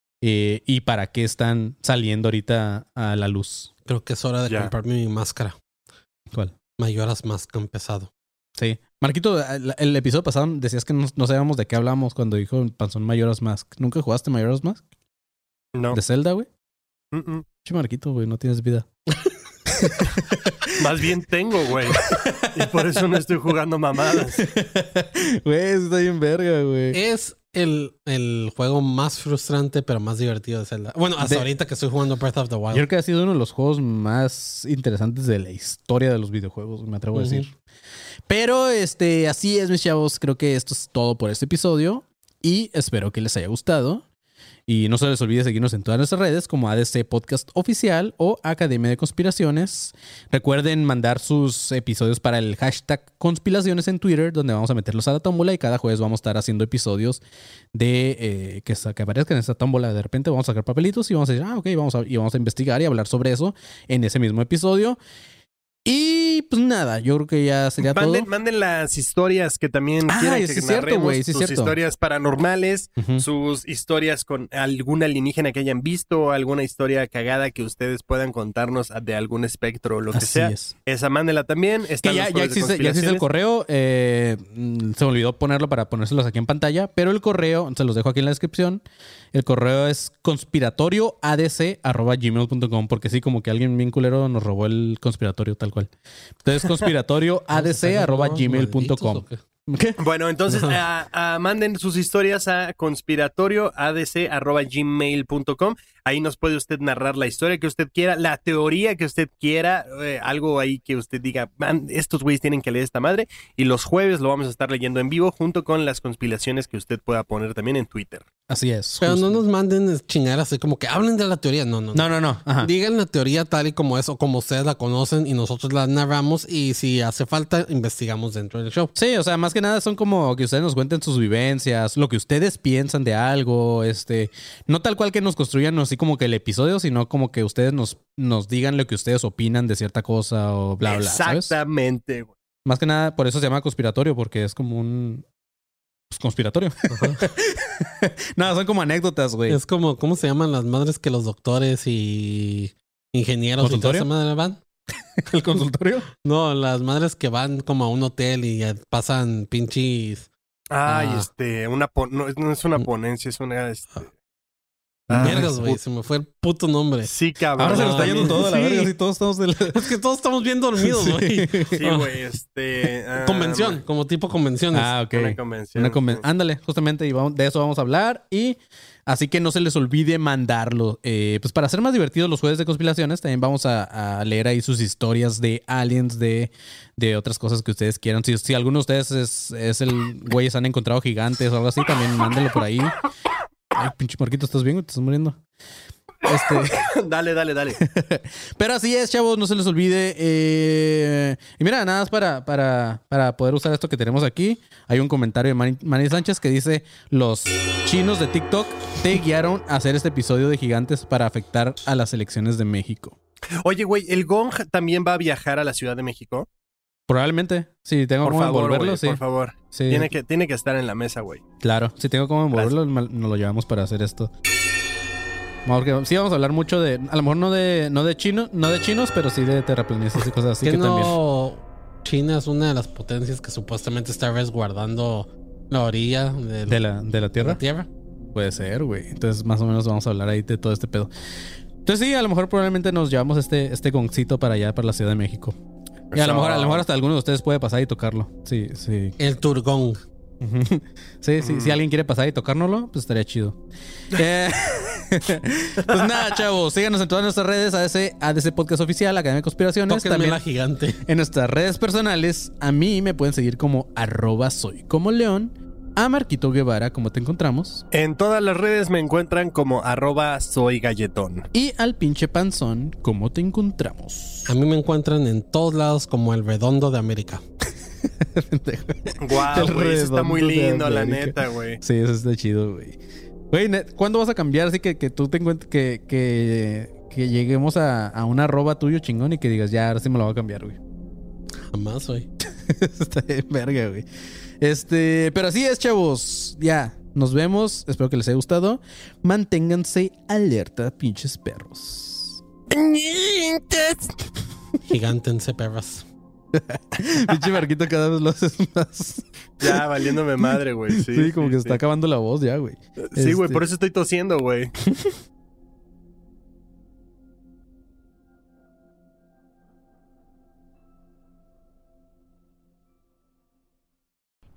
Eh, y para qué están saliendo ahorita a la luz. Creo que es hora de Ya. comprarme mi máscara. ¿Cuál? Mayoras Mask han empezado. Sí. Marquito, el, el episodio pasado decías que no, no sabíamos de qué hablamos cuando dijo Panzón Majora's Mask. ¿Nunca jugaste Majora's Mask? No. ¿De Zelda, güey? Mm-mm. Che, Marquito, güey, no tienes vida. Más bien tengo, güey. Y por eso no estoy jugando mamadas. Güey, está bien verga, güey. Es el, el juego más frustrante, pero más divertido de Zelda. Bueno, hasta De- ahorita que estoy jugando Breath of the Yo Wild. creo que ha sido uno de los juegos más interesantes de la historia de los videojuegos, me atrevo a Ujú. decir. Pero este, así es, mis chavos. Creo que esto es todo por este episodio. Y espero que les haya gustado. Y no se les olvide seguirnos en todas nuestras redes como A D C Podcast Oficial o Academia de Conspiraciones. Recuerden mandar sus episodios para el hashtag Conspiraciones en Twitter, donde vamos a meterlos a la tómbola y cada jueves vamos a estar haciendo episodios de eh, que, sa- que aparezcan en esta tómbola. De repente vamos a sacar papelitos y vamos a decir, ah, ok, vamos a, y vamos a investigar y hablar sobre eso en ese mismo episodio. Y pues nada, yo creo que ya sería Manden, todo. manden las historias que también Ah, quieran sí que es cierto, narremos, güey, sí es sus cierto. historias paranormales, Ujú. sus historias con algún alienígena que hayan visto, alguna historia cagada que ustedes puedan contarnos de algún espectro o lo que Así sea. es. Esa mándenla también. Que Están ya, los ya, jueves de existe, ya existe el conspiraciones. correo. eh, mm, se me olvidó ponerlo para ponérselos aquí en pantalla. Pero el correo, se los dejo aquí en la descripción. El correo es conspiratorioadc arroba gmail punto com. Porque sí, como que alguien bien culero nos robó el conspiratorio tal cual. Entonces, conspiratorioadc arroba gmail punto com. ¿O qué? ¿Qué? Bueno, entonces a- a- manden sus historias a conspiratorioadc arroba gmail punto com. Ahí nos puede usted narrar la historia que usted quiera, la teoría que usted quiera, eh, algo ahí que usted diga, "Man, estos güeyes tienen que leer esta madre". Y los jueves lo vamos a estar leyendo en vivo junto con las conspiraciones que usted pueda poner también en Twitter. Así es. Pero justo. no nos manden chingar así como que hablen de la teoría. No, no, no. No, no, no. Ajá. Digan la teoría tal y como es o como ustedes la conocen y nosotros la narramos y si hace falta investigamos dentro del show. Sí, o sea, más que nada son como que ustedes nos cuenten sus vivencias, lo que ustedes piensan de algo, este, no tal cual que nos construyan así como que el episodio, sino como que ustedes nos, nos digan lo que ustedes opinan de cierta cosa o bla, bla, ¿sabes? Exactamente, güey. Más que nada, por eso se llama conspiratorio, porque es como un pues, conspiratorio. No, son como anécdotas, güey. Es como, ¿cómo se llaman las madres que los doctores y ingenieros y toda ¿Consultorio? esa madre van? ¿El consultorio? No, las madres que van como a un hotel y eh, pasan pinches Ay, Ah. este, una pon- no, no es una Mm. ponencia, es una este. Ah, vergas, güey. Se me fue el puto nombre. Sí, cabrón. Ahora se nos está no, yendo todo a la sí. verga, si todos estamos de la... Es que todos estamos bien dormidos, güey. Sí, güey, este. ah, Convención, como tipo convenciones. Ah, ok. Una convención. Una conven- sí. Ándale, justamente, y vamos- de eso vamos a hablar. Y así que no se les olvide mandarlo. Eh, pues para hacer más divertidos los jueves de conspiraciones, también vamos a, a leer ahí sus historias de aliens, de, de otras cosas que ustedes quieran. Si, si alguno de ustedes es, es el güeyes han encontrado gigantes o algo así, también mándenlo por ahí. Ay, pinche Marquito, ¿estás bien? ¿Te estás muriendo? Este. Dale, dale, dale. Pero así es, chavos, no se les olvide. Eh, y mira, nada más para, para, para poder usar esto que tenemos aquí. Hay un comentario de Manny, Manny Sánchez que dice: los chinos de TikTok te guiaron a hacer este episodio de Gigantes para afectar a las elecciones de México. Oye, güey, ¿el Gong también va a viajar a la Ciudad de México? Probablemente. Si tengo Por cómo favor, envolverlo, güey, sí. por favor. Sí, Tiene que, tiene que estar en la mesa, güey. claro. Si tengo cómo envolverlo, mal- nos lo llevamos para hacer esto. Porque sí vamos a hablar mucho de, a lo mejor no de, no de chino, no de chinos, pero sí de terraplanistas y cosas así que que también. no, China es una de las potencias que supuestamente está resguardando la orilla del- De la, de la de tierra. la tierra. Puede ser, güey. Entonces, más o menos vamos a hablar ahí de todo este pedo. Entonces, sí, a lo mejor probablemente nos llevamos este, este goncito para allá, para la Ciudad de México. Y a lo mejor, a lo mejor hasta alguno de ustedes puede pasar y tocarlo. Sí, sí. El Turgón. Sí, sí. Si alguien quiere pasar y tocárnoslo, pues estaría chido. Eh, pues nada, chavos. Síganos en todas nuestras redes. A D C, A D C Podcast Oficial, Academia de Conspiraciones. Tóquenme También la gigante. en nuestras redes personales. A mí me pueden seguir como arroba soy como león. A Marquito Guevara, como te encontramos. En todas las redes me encuentran como arroba soy galletón. Y al pinche panzón, ¿cómo te encontramos? A mí me encuentran en todos lados como el redondo de América. Guau, El güey, eso está muy redondo de lindo, la América. neta, güey. Sí, eso está chido, güey. Güey, net- ¿cuándo vas a cambiar? Así que, que tú te encuentres que, que, que lleguemos a, a un arroba tuyo chingón y que digas, ya, ahora sí me lo voy a cambiar, güey. Jamás, güey. Está bien verga, güey. Este, pero así es, chavos. Ya, nos vemos. Espero que les haya gustado. Manténganse alerta, pinches perros. Gigántense, perras. Pinche Marquito cada vez lo haces más. Ya, valiéndome madre, güey. Sí, Sí, como que se sí. está acabando la voz ya, güey. Sí, güey, Este- por eso estoy tosiendo, güey.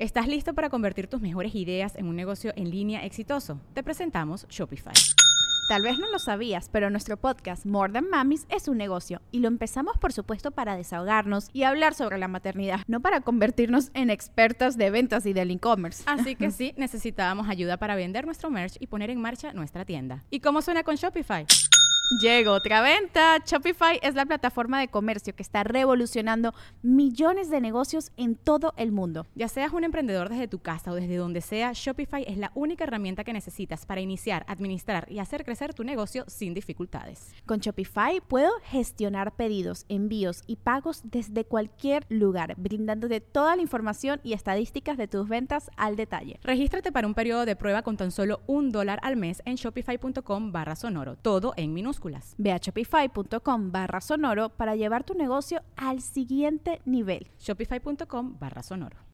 ¿Estás listo para convertir tus mejores ideas en un negocio en línea exitoso? Te presentamos Shopify. Tal vez no lo sabías, pero nuestro podcast More Than Mamis es un negocio y lo empezamos por supuesto para desahogarnos y hablar sobre la maternidad, no para convertirnos en expertas de ventas y del e-commerce. Así que sí, necesitábamos ayuda para vender nuestro merch y poner en marcha nuestra tienda. ¿Y cómo suena con Shopify? Llegó otra venta. Shopify es la plataforma de comercio que está revolucionando millones de negocios en todo el mundo. Ya seas un emprendedor desde tu casa o desde donde sea, Shopify es la única herramienta que necesitas para iniciar, administrar y hacer crecer tu negocio sin dificultades. Con Shopify puedo gestionar pedidos, envíos y pagos desde cualquier lugar, brindándote toda la información y estadísticas de tus ventas al detalle. Regístrate para un periodo de prueba con tan solo un dólar al mes en shopify.com barra sonoro, todo en minúsculas. Ve a shopify.com barra sonoro para llevar tu negocio al siguiente nivel. Shopify.com barra sonoro.